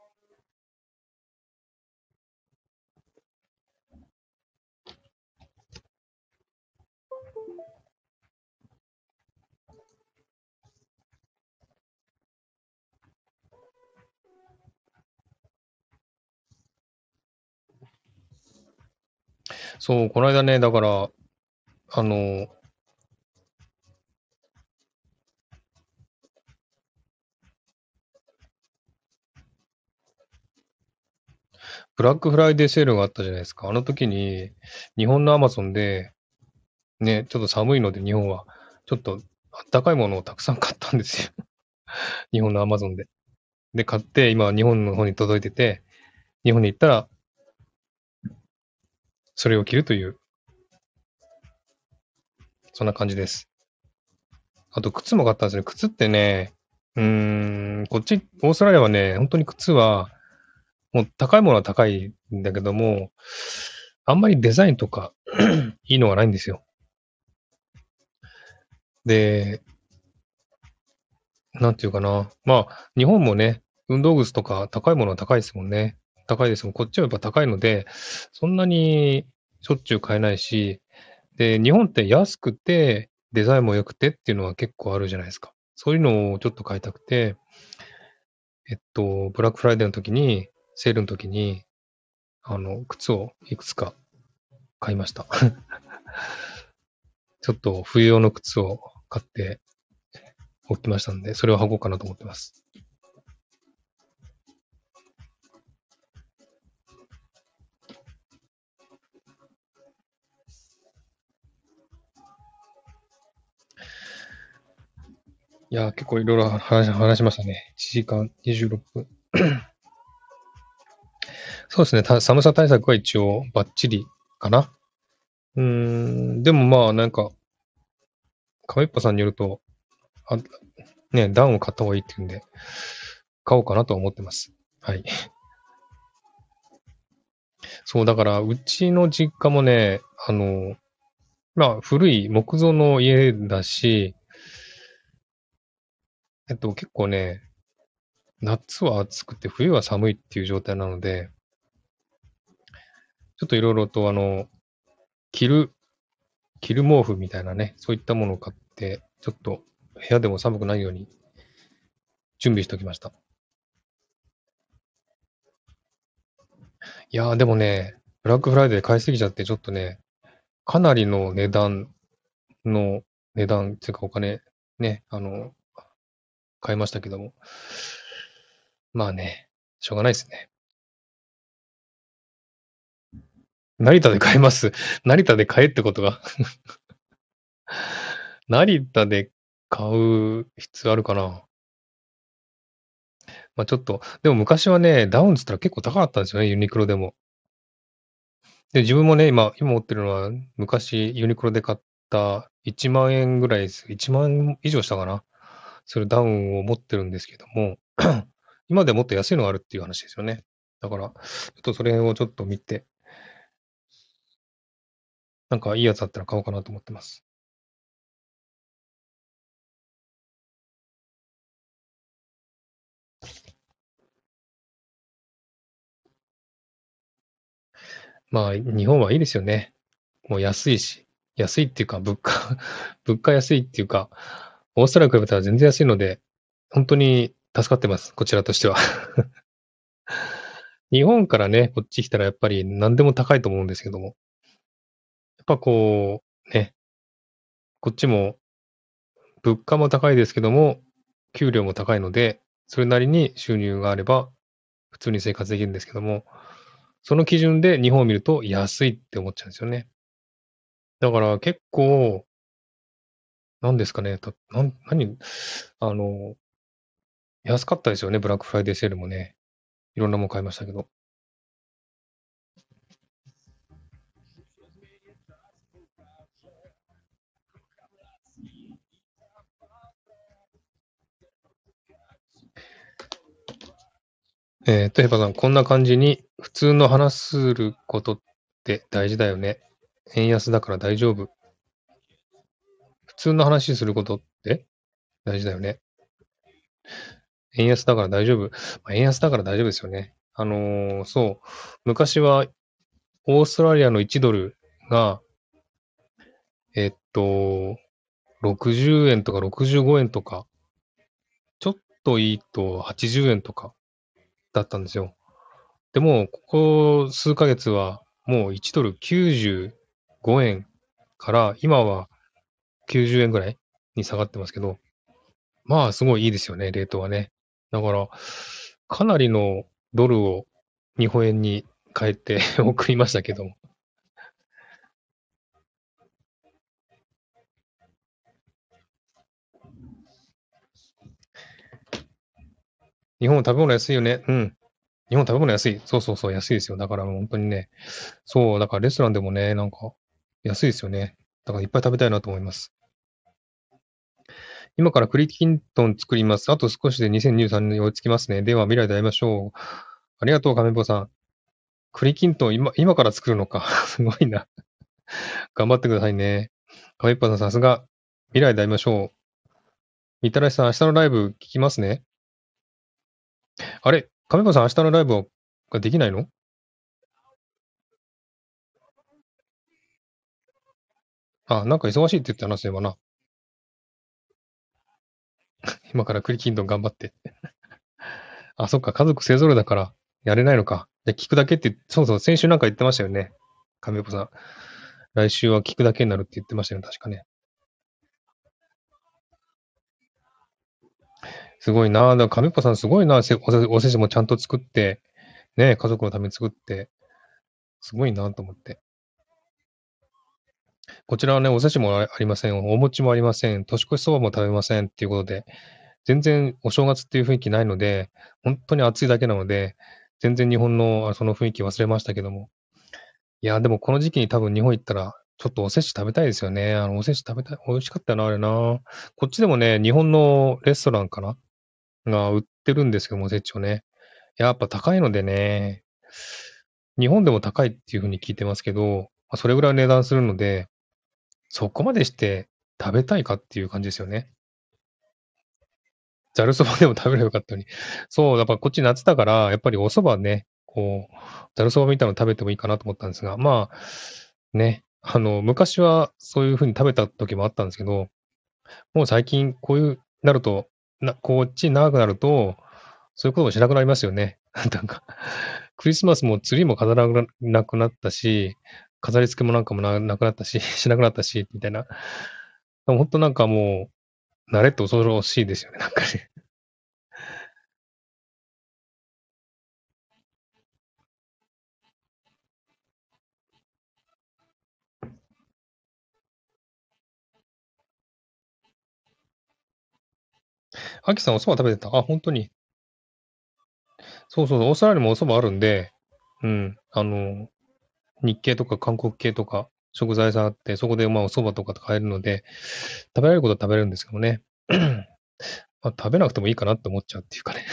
そう、この間ね、だから、あの、ブラックフライデーセールがあったじゃないですか。あの時に、日本のアマゾンで、ね、ちょっと寒いので日本は、ちょっとあったかいものをたくさん買ったんですよ。日本のアマゾンで。で、買って、今日本の方に届いてて、日本に行ったら、それを着るという、そんな感じです。あと、靴も買ったんですね。靴ってね、うーん、こっち、オーストラリアはね、本当に靴は、もう高いものは高いんだけども、あんまりデザインとかいいのがないんですよ。で、なんていうかな。まあ、日本もね、運動靴とか高いものは高いですもんね。高いですもん。こっちはやっぱ高いので、そんなにしょっちゅう買えないし、で、日本って安くて、デザインも良くてっていうのは結構あるじゃないですか。そういうのをちょっと買いたくて、えっと、ブラックフライデーの時に、セールの時に、あの、靴をいくつか買いました。ちょっと冬用の靴を買っておきましたんで、それを履こうかなと思ってます。いやー、結構いろいろ話話しましたね。いちじかんにじゅうろっぷん。そうですね。た寒さ対策は一応バッチリかな。うーん、でもまあなんか、かイっぱさんによると、あ、ね、ダウンを買った方がいいって言うんで、買おうかなとは思ってます。はい。そう、だから、うちの実家もね、あの、まあ、古い木造の家だし、えっと、結構ね、夏は暑くて冬は寒いっていう状態なので、ちょっといろいろとあの、着る、着る毛布みたいなね、そういったものを買って、ちょっと部屋でも寒くないように準備しておきました。いやーでもね、ブラックフライデー買いすぎちゃってちょっとね、 かなりの値段の、値段っていうかお金、ね、あの、買いましたけども。まあね、しょうがないですね。成田で買えます。成田で買えってことが。成田で買う必要あるかな。まあちょっと、でも昔はね、ダウンっつったら結構高かったんですよね、ユニクロでも。で、自分もね、今、今持ってるのは、昔ユニクロで買ったいちまん円ぐらいです。いちまん以上したかな。それダウンを持ってるんですけども、今でもっと安いのがあるっていう話ですよね。だから、ちょっとそれをちょっと見て、なんかいいやつあったら買おうかなと思ってます。まあ、日本はいいですよね。もう安いし、安いっていうか、物価物価安いっていうか、オーストラリアに比べたら全然安いので、本当に助かってます、こちらとしては。日本からね、こっち来たらやっぱり何でも高いと思うんですけども、やっぱこう、ね、こっちも物価も高いですけども、給料も高いので、それなりに収入があれば、普通に生活できるんですけども、その基準で日本を見ると安いって思っちゃうんですよね。だから結構、なんですかね、たなん、何、あの、安かったですよね、ブラックフライデーセールもね。いろんなもん買いましたけど。えーと、ヘバさん、こんな感じに普通の話することって大事だよね。円安だから大丈夫。普通の話することって大事だよね。円安だから大丈夫。まあ円安だから大丈夫ですよね。あのーそう。昔はオーストラリアのいちドルが、えっと、ろくじゅうえんとかろくじゅうごえんとか、ちょっといいとはちじゅうえんとかだったんですよ。でも、ここ数ヶ月はもういちドルきゅうじゅうごえんから今はきゅうじゅうえんぐらいに下がってますけど、まあすごいいいですよね、レートはね。だから、かなりのドルを日本円に変えて送りましたけども。日本食べ物安いよね。うん。日本食べ物安い。そうそうそう、安いですよ。だからもう本当にね、そう、だからレストランでもね、なんか安いですよね。だからいっぱい食べたいなと思います。今から栗きんとん作ります。あと少しでにせんにじゅうさんねんに追いつきますね。では未来で会いましょう。ありがとう、亀坊さん。栗きんとん今、今から作るのか。すごいな。頑張ってくださいね。亀坊さんさすが。未来で会いましょう。みたらしさん、明日のライブ聞きますね。あれ亀坊さん、明日のライブができないの？あ、なんか忙しいって言って話せばな。今から栗きんとん頑張って。あ、そっか、家族勢ぞろいだからやれないのか。じゃあ聞くだけって、そうそう、先週なんか言ってましたよね。亀子さん。来週は聞くだけになるって言ってましたよね、確かね。すごいな。だから亀子さんすごいな。せおせおせちもちゃんと作って、ね、家族のために作って、すごいなと思って。こちらはね、おせちもあありません。お餅もありません。年越しそばも食べませんっていうことで、全然お正月っていう雰囲気ないので、本当に暑いだけなので、全然日本のあその雰囲気忘れましたけども。いや、でもこの時期に多分日本行ったら、ちょっとおせち食べたいですよね。あの、おせち食べたい。美味しかったよな、あれな。こっちでもね、日本のレストランかなが売ってるんですけども、おせちをね。やっぱ高いのでね、日本でも高いっていう風に聞いてますけど、ま、それぐらい値段するので、そこまでして食べたいかっていう感じですよね。ざるそばでも食べればよかったのに。そう、やっぱこっち夏だから、やっぱりお蕎麦ね、こう、ざるそばみたいなの食べてもいいかなと思ったんですが、まあ、ね、あの、昔はそういう風に食べた時もあったんですけど、もう最近こういうなると、なこっち長くなると、そういうこともしなくなりますよね。なんか、クリスマスもツリーも飾らななくなったし、 飾り付けもなんかもななくなったし、しなくなったし、みたいな。ほんとなんかもう、慣れって恐ろしいですよね、なんかね。アキさんお蕎麦食べてた？あ、ほんとに。そうそう、オーストラリアにもお蕎麦あるんで、うん、あの、日系とか韓国系とか食材屋さんあって、そこでまあお蕎麦とか買えるので、食べられることは食べれるんですけどね。まあ、食べなくてもいいかなって思っちゃうっていうかね。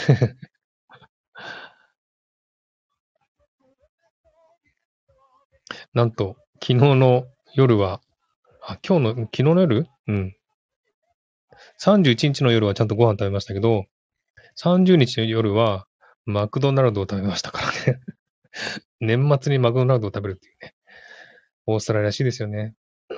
なんと、昨日の夜は、あ、今日の、昨日の夜うん。さんじゅういちにちの夜はちゃんとご飯食べましたけど、さんじゅうにちの夜は、マクドナルドを食べましたからね。年末にマクドナルドを食べるっていうね。オーストラリアらしいですよね。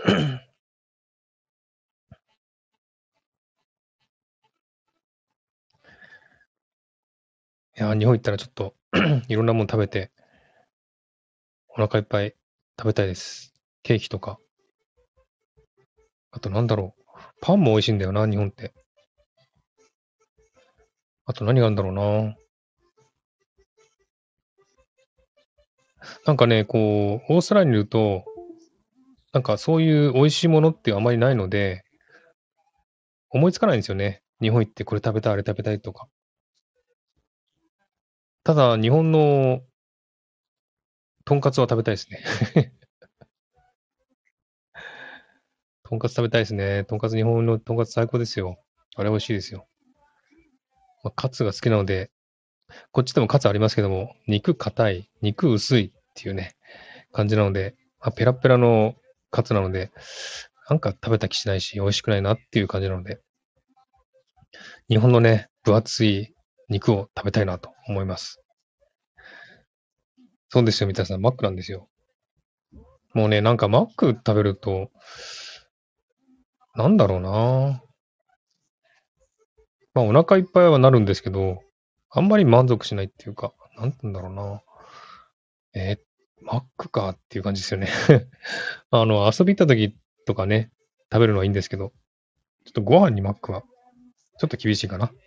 いやー、日本行ったらちょっといろんなもの食べて、お腹いっぱい食べたいです。ケーキとか。あとなんだろう。パンも美味しいんだよな、日本って。あと何があるんだろうな。なんかね、こう、オーストラリアにいると、なんかそういう美味しいものってあまりないので、思いつかないんですよね。日本行ってこれ食べたい、あれ食べたいとか。ただ、日本のとんかつは食べたいですね。とんかつ食べたいですね。とんかつ、日本のとんかつ最高ですよ。あれ美味しいですよ。まあ、カツが好きなので、こっちでもカツありますけども、肉硬い、肉薄いっていうね、感じなので、まあ、ペラペラのカツなので、なんか食べた気しないし、美味しくないなっていう感じなので、日本のね、分厚い肉を食べたいなと思います。そうですよ、三田さん。マックなんですよ。もうね、なんかマック食べると、なんだろうな。まあ、お腹いっぱいはなるんですけど、あんまり満足しないっていうか、なんて言うんだろうな。えーマックかっていう感じですよね。あの、遊び行った時とかね、食べるのはいいんですけど、ちょっとご飯にマックは、ちょっと厳しいかな。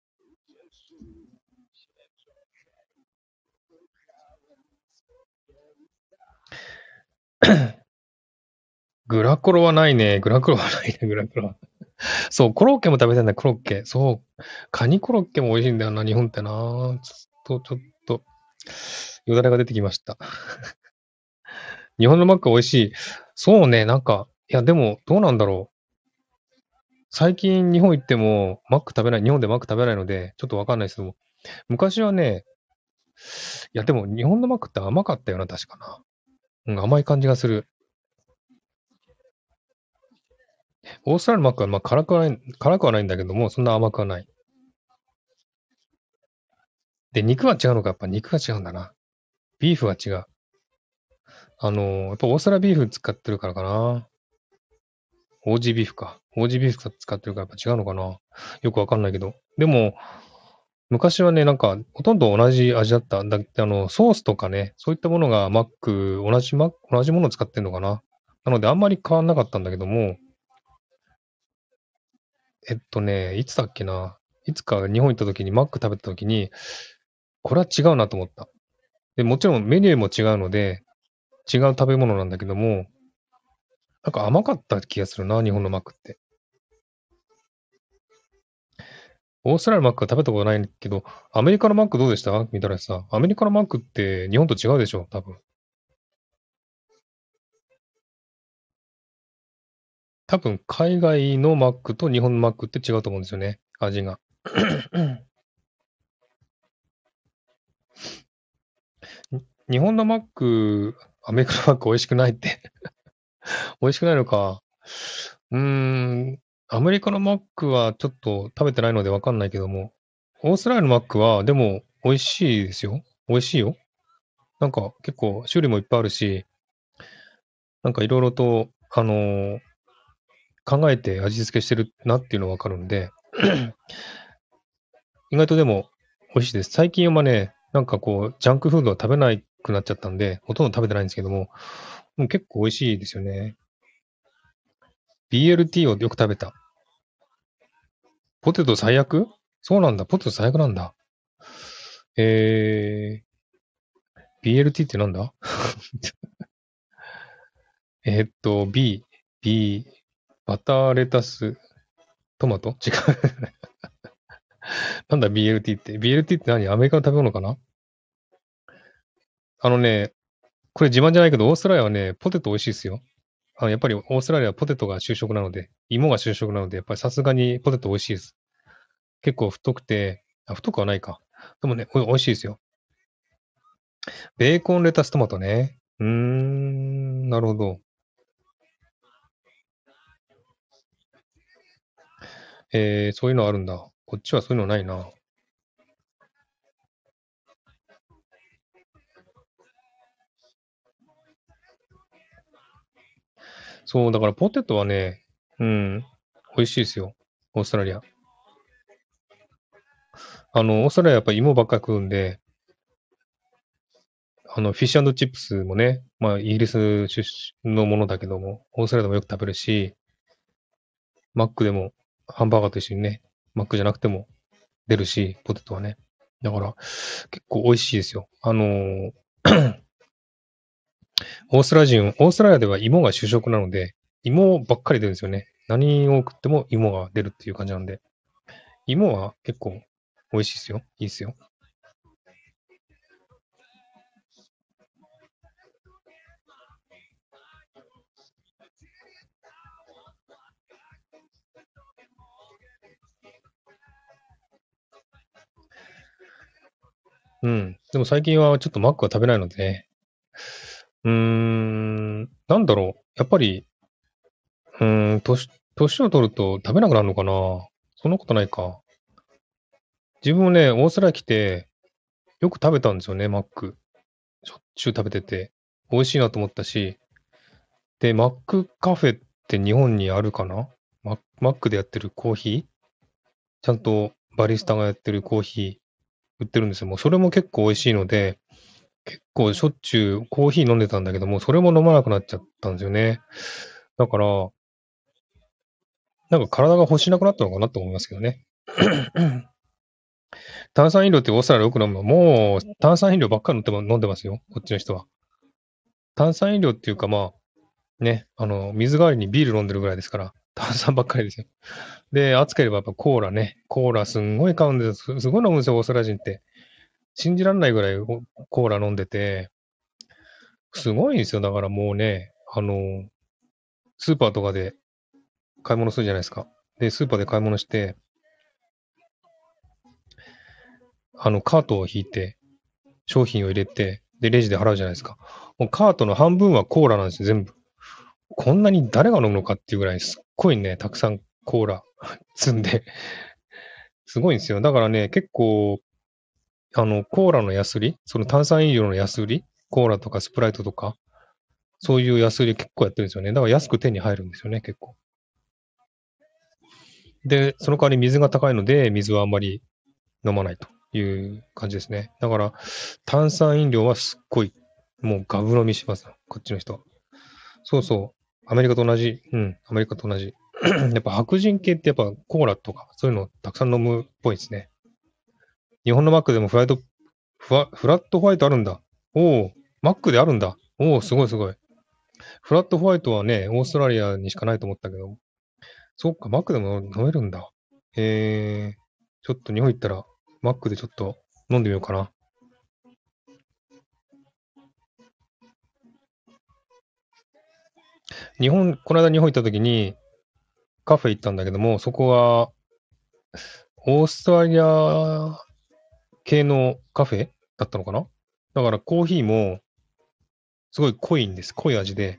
グラコロはないね。グラコロはないね、グラコロは。そう、コロッケも食べたいんだ、コロッケ。そう。カニコロッケも美味しいんだよな、日本ってな。ちょっと、ちょっと、よだれが出てきました。日本のマック美味しい。そうね、なんか、いや、でも、どうなんだろう。最近日本行っても、マック食べない、日本でマック食べないので、ちょっとわかんないですけども、昔はね、いや、でも日本のマックって甘かったよな、確かな。うん、甘い感じがする。オーストラリアのマックはまあ辛くはない、辛くはないんだけども、そんな甘くはない。で、肉は違うのか、やっぱ肉が違うんだな。ビーフは違う。あのーやっぱオーストラリアビーフ使ってるからかな。オージービーフか。オージービーフ使ってるからやっぱ違うのかな。よくわかんないけど。でも、昔はね、なんか、ほとんど同じ味だった。だって、あの、ソースとかね、そういったものがマック、同じマック、同じものを使ってんのかな。なので、あんまり変わんなかったんだけども、えっとね、いつだっけな。いつか日本行った時に、マック食べた時に、これは違うなと思った。で、もちろんメニューも違うので、違う食べ物なんだけども、なんか甘かった気がするな、日本のマックって。オーストラリアのマックは食べたことないけど、アメリカのマックどうでしたみたらしさ。アメリカのマックって日本と違うでしょ多分。多分、海外のマックと日本のマックって違うと思うんですよね。味が。日本のマック、アメリカのマック美味しくないって美味しくないのか。うーん、アメリカのマックはちょっと食べてないのでわかんないけども、オーストラリアのマックはでも美味しいですよ。美味しいよ。なんか結構種類もいっぱいあるし、なんかいろいろと、あのー考えて味付けしてるなっていうのがわかるんで、意外とでも美味しいです。最近はね、なんかこう、ジャンクフードは食べなくなっちゃったんで、ほとんど食べてないんですけども、 もう結構美味しいですよね。ビーエルティー をよく食べた。ポテト最悪？そうなんだ。ポテト最悪なんだ。えー、ビーエルティー ってなんだ？えーっと、B、B、バターレタス、トマト違う。なんだ ビーエルティー って。ビーエルティー って何？アメリカの食べ物かな？あのね、これ自慢じゃないけど、オーストラリアはね、ポテト美味しいですよ。あのやっぱりオーストラリアはポテトが主食なので、芋が主食なので、やっぱりさすがにポテト美味しいです。結構太くて、あ、太くはないか。でもね、お美味しいですよ。ベーコン、レタス、トマトね。うーん、なるほど。えー、そういうのあるんだ。こっちはそういうのないな。そう、だからポテトはね、うん、美味しいですよ。オーストラリア。あの、オーストラリアはやっぱ芋ばっかり食うんで、あの、フィッシュチップスもね、まあ、イギリス出身のものだけども、オーストラリアでもよく食べるし、マックでも、ハンバーガーと一緒にね、マックじゃなくても出るし、ポテトはね。だから、結構美味しいですよ。あのーオーストラリア人、オーストラリアでは芋が主食なので、芋ばっかり出るんですよね。何を食っても芋が出るっていう感じなんで、芋は結構美味しいですよ。いいですよ。うん。でも最近はちょっとマックは食べないのでね。うーん、なんだろう。やっぱり、うーん、年、年を取ると食べなくなるのかな。そんなことないか。自分もね、オーストラリア来て、よく食べたんですよね、マック。しょっちゅう食べてて、美味しいなと思ったし、で、マックカフェって日本にあるかな？ママックでやってるコーヒーちゃんとバリスタがやってるコーヒー売ってるんですよ。もうそれも結構美味しいので、結構しょっちゅうコーヒー飲んでたんだけども、それも飲まなくなっちゃったんですよね。だから、なんか体が欲しなくなったのかなと思いますけどね。炭酸飲料ってオーストラリアよく飲むの。もう炭酸飲料ばっかり飲んでも飲んでますよ。こっちの人は。炭酸飲料っていうかまあ、ね、あの、水代わりにビール飲んでるぐらいですから、炭酸ばっかりですよ。で、暑ければやっぱコーラね。コーラすんごい買うんです。すごい飲むんですよ、オーストラリア人って。信じられないぐらいコーラ飲んでて、すごいんですよ。だからもうね、あの、スーパーとかで買い物するじゃないですか。で、スーパーで買い物して、あの、カートを引いて、商品を入れて、で、レジで払うじゃないですか。もうカートの半分はコーラなんですよ、全部。こんなに誰が飲むのかっていうぐらい、すっごいね、たくさんコーラ積んで、すごいんですよ。だからね、結構、あの、コーラの安売り、その炭酸飲料の安売り、コーラとかスプライトとか、そういう安売り結構やってるんですよね。だから安く手に入るんですよね、結構。で、その代わり水が高いので、水はあんまり飲まないという感じですね。だから、炭酸飲料はすっごい、もうガブ飲みします。こっちの人は。そうそう。アメリカと同じ。うん、アメリカと同じ。やっぱ白人系ってやっぱコーラとか、そういうのたくさん飲むっぽいですね。日本のマックでもフライド、フワフラットホワイトあるんだ。おお、マックであるんだ。おお、すごいすごい。フラットホワイトはね、オーストラリアにしかないと思ったけど、そっか、マックでも飲めるんだ。えー、ちょっと日本行ったら、マックでちょっと飲んでみようかな。日本、この間日本行った時にカフェ行ったんだけども、そこはオーストラリア系のカフェだったのかな？だからコーヒーもすごい濃いんです。濃い味で。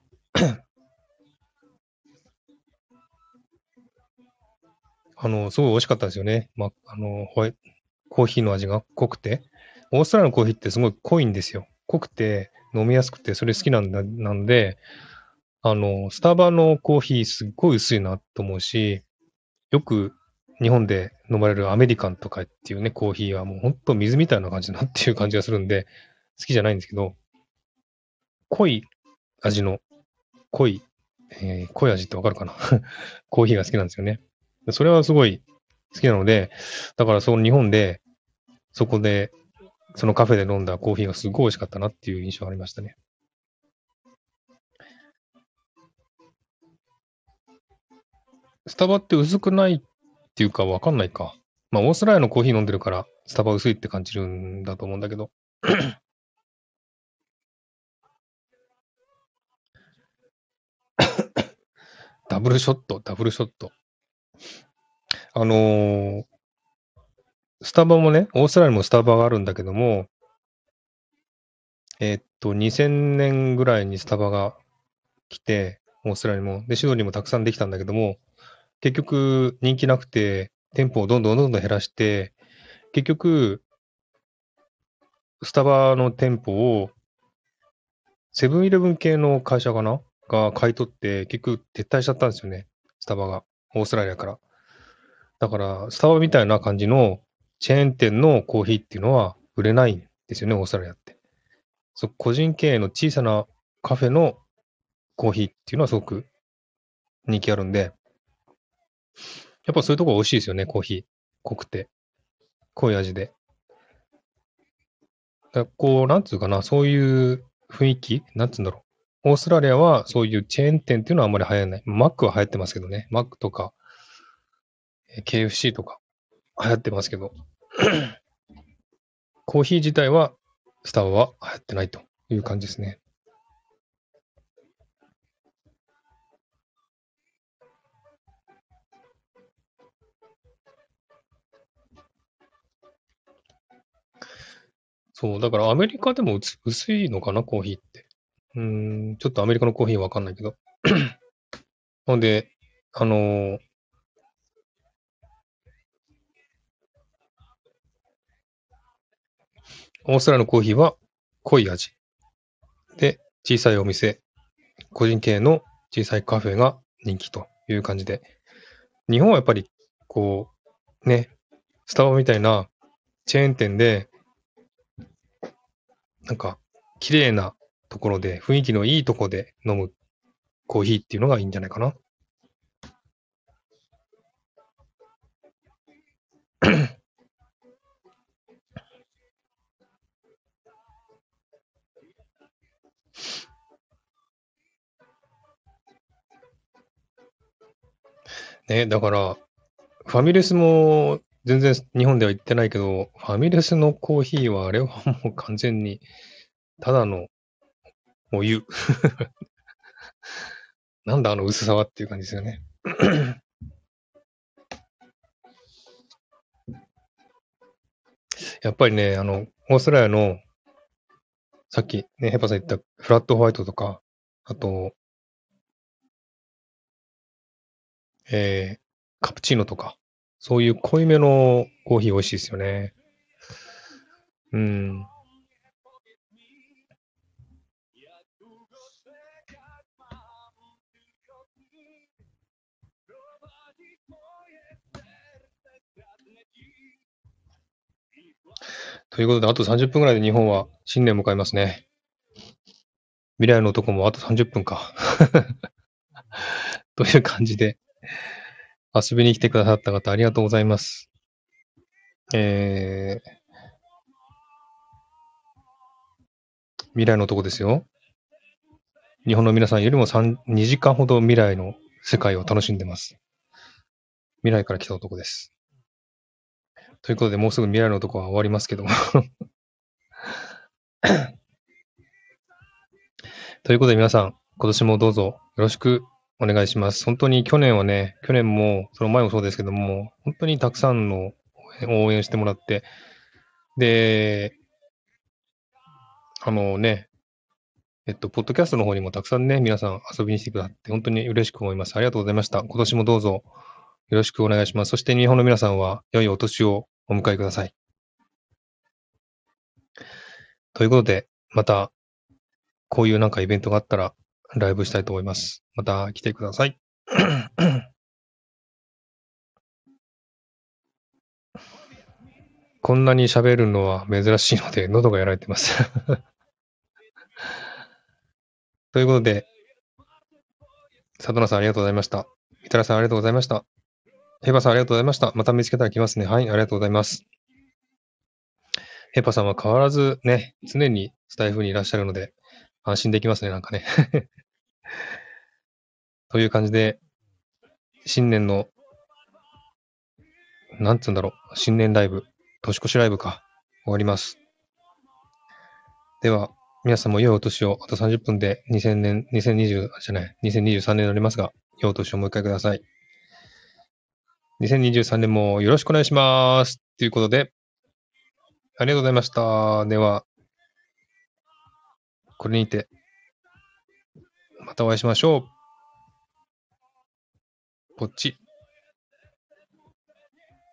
あの、すごい美味しかったですよね。ま、あの、ホワイコーヒーの味が濃くて。オーストラリアのコーヒーってすごい濃いんですよ。濃くて飲みやすくて、それ好きなんだ、なんで、あの、スタバのコーヒーすっごい薄いなと思うし、よく日本で飲まれるアメリカンとかっていうね、コーヒーはもうほんと水みたいな感じだなっていう感じがするんで、好きじゃないんですけど、濃い味の濃い、えー、濃い味ってわかるかなコーヒーが好きなんですよね。それはすごい好きなので、だからその日本で、そこで、そのカフェで飲んだコーヒーがすごい美味しかったなっていう印象がありましたね。スタバって薄くないっていうかわかんないか。まあ、オーストラリアのコーヒー飲んでるから、スタバ薄いって感じるんだと思うんだけど。ダブルショット、ダブルショット。あのースタバもね、オーストラリアもスタバがあるんだけども、えーっと、にせんねんぐらいにスタバが来て、オーストラリアにも、で、シドニーもたくさんできたんだけども、結局人気なくて、店舗をどんどんどんどん減らして、結局、スタバの店舗をセブンイレブン系の会社かなが買い取って、結局撤退しちゃったんですよね。スタバが。オーストラリアから。だから、スタバみたいな感じのチェーン店のコーヒーっていうのは売れないんですよね、オーストラリアって。そう、個人経営の小さなカフェのコーヒーっていうのはすごく人気あるんで、やっぱそういうとこ美味しいですよね、コーヒー。濃くて、濃い味で。だこう、なんつうかな、そういう雰囲気なんつうんだろう。オーストラリアはそういうチェーン店っていうのはあんまり流行らない。マックは流行ってますけどね。マックとか、ケーエフシー とか流行ってますけど、コーヒー自体は、スタバは流行ってないという感じですね。そう、だからアメリカでもうつ薄いのかな、コーヒーって。うーん、ちょっとアメリカのコーヒーはわかんないけど。なので、あのーオーストラリアのコーヒーは濃い味。で、小さいお店、個人経営の小さいカフェが人気という感じで。日本はやっぱり、こう、ね、スタバみたいなチェーン店で、なんか、綺麗なところで、雰囲気のいいところで飲むコーヒーっていうのがいいんじゃないかな。ね、だから、ファミレスも全然日本では行ってないけど、ファミレスのコーヒーはあれはもう完全にただのお湯。なんだあの薄さはっていう感じですよね。やっぱりね、あの、オーストラリアのさっきね、ヘパさん言ったフラットホワイトとか、あと、えー、カプチーノとか、そういう濃いめのコーヒー美味しいですよね。うん。ということで、あとさんじゅっぷんぐらいで日本は新年を迎えますね。未来の男もあとさんじゅっぷんか。という感じで、遊びに来てくださった方ありがとうございます。えー、未来の男ですよ。日本の皆さんよりもさん、にじかんほど未来の世界を楽しんでます。未来から来た男です。ということで、もうすぐ未来の男は終わりますけどもということで皆さん、今年もどうぞよろしくお願いします。本当に去年はね、去年も、その前もそうですけども、本当にたくさんの応援してもらって、で、あのね、えっと、ポッドキャストの方にもたくさんね、皆さん遊びに来てくださって、本当に嬉しく思います。ありがとうございました。今年もどうぞよろしくお願いします。そして日本の皆さんは良いお年をお迎えください。ということで、またこういうなんかイベントがあったらライブしたいと思います。また来てください。こんなに喋るのは珍しいので、喉がやられてますということで、佐藤さんありがとうございました。みたらさんありがとうございました。ヘパさんありがとうございました。また見つけたら来ますね。はい、ありがとうございます。ヘパさんは変わらずね、常にスタイフにいらっしゃるので、安心できますね、なんかね。という感じで、新年の、なんつうんだろう、新年ライブ、年越しライブか、終わります。では、皆さんも良いお年を、あとさんじゅっぷんでにせんねん、にせんにじゅう、じゃない、にせんにじゅうさんねんになりますが、良いお年をもう一回ください。にせんにじゅうさんねんもよろしくお願いします。ということで、ありがとうございました。では、これにて、またお会いしましょう。ポチ。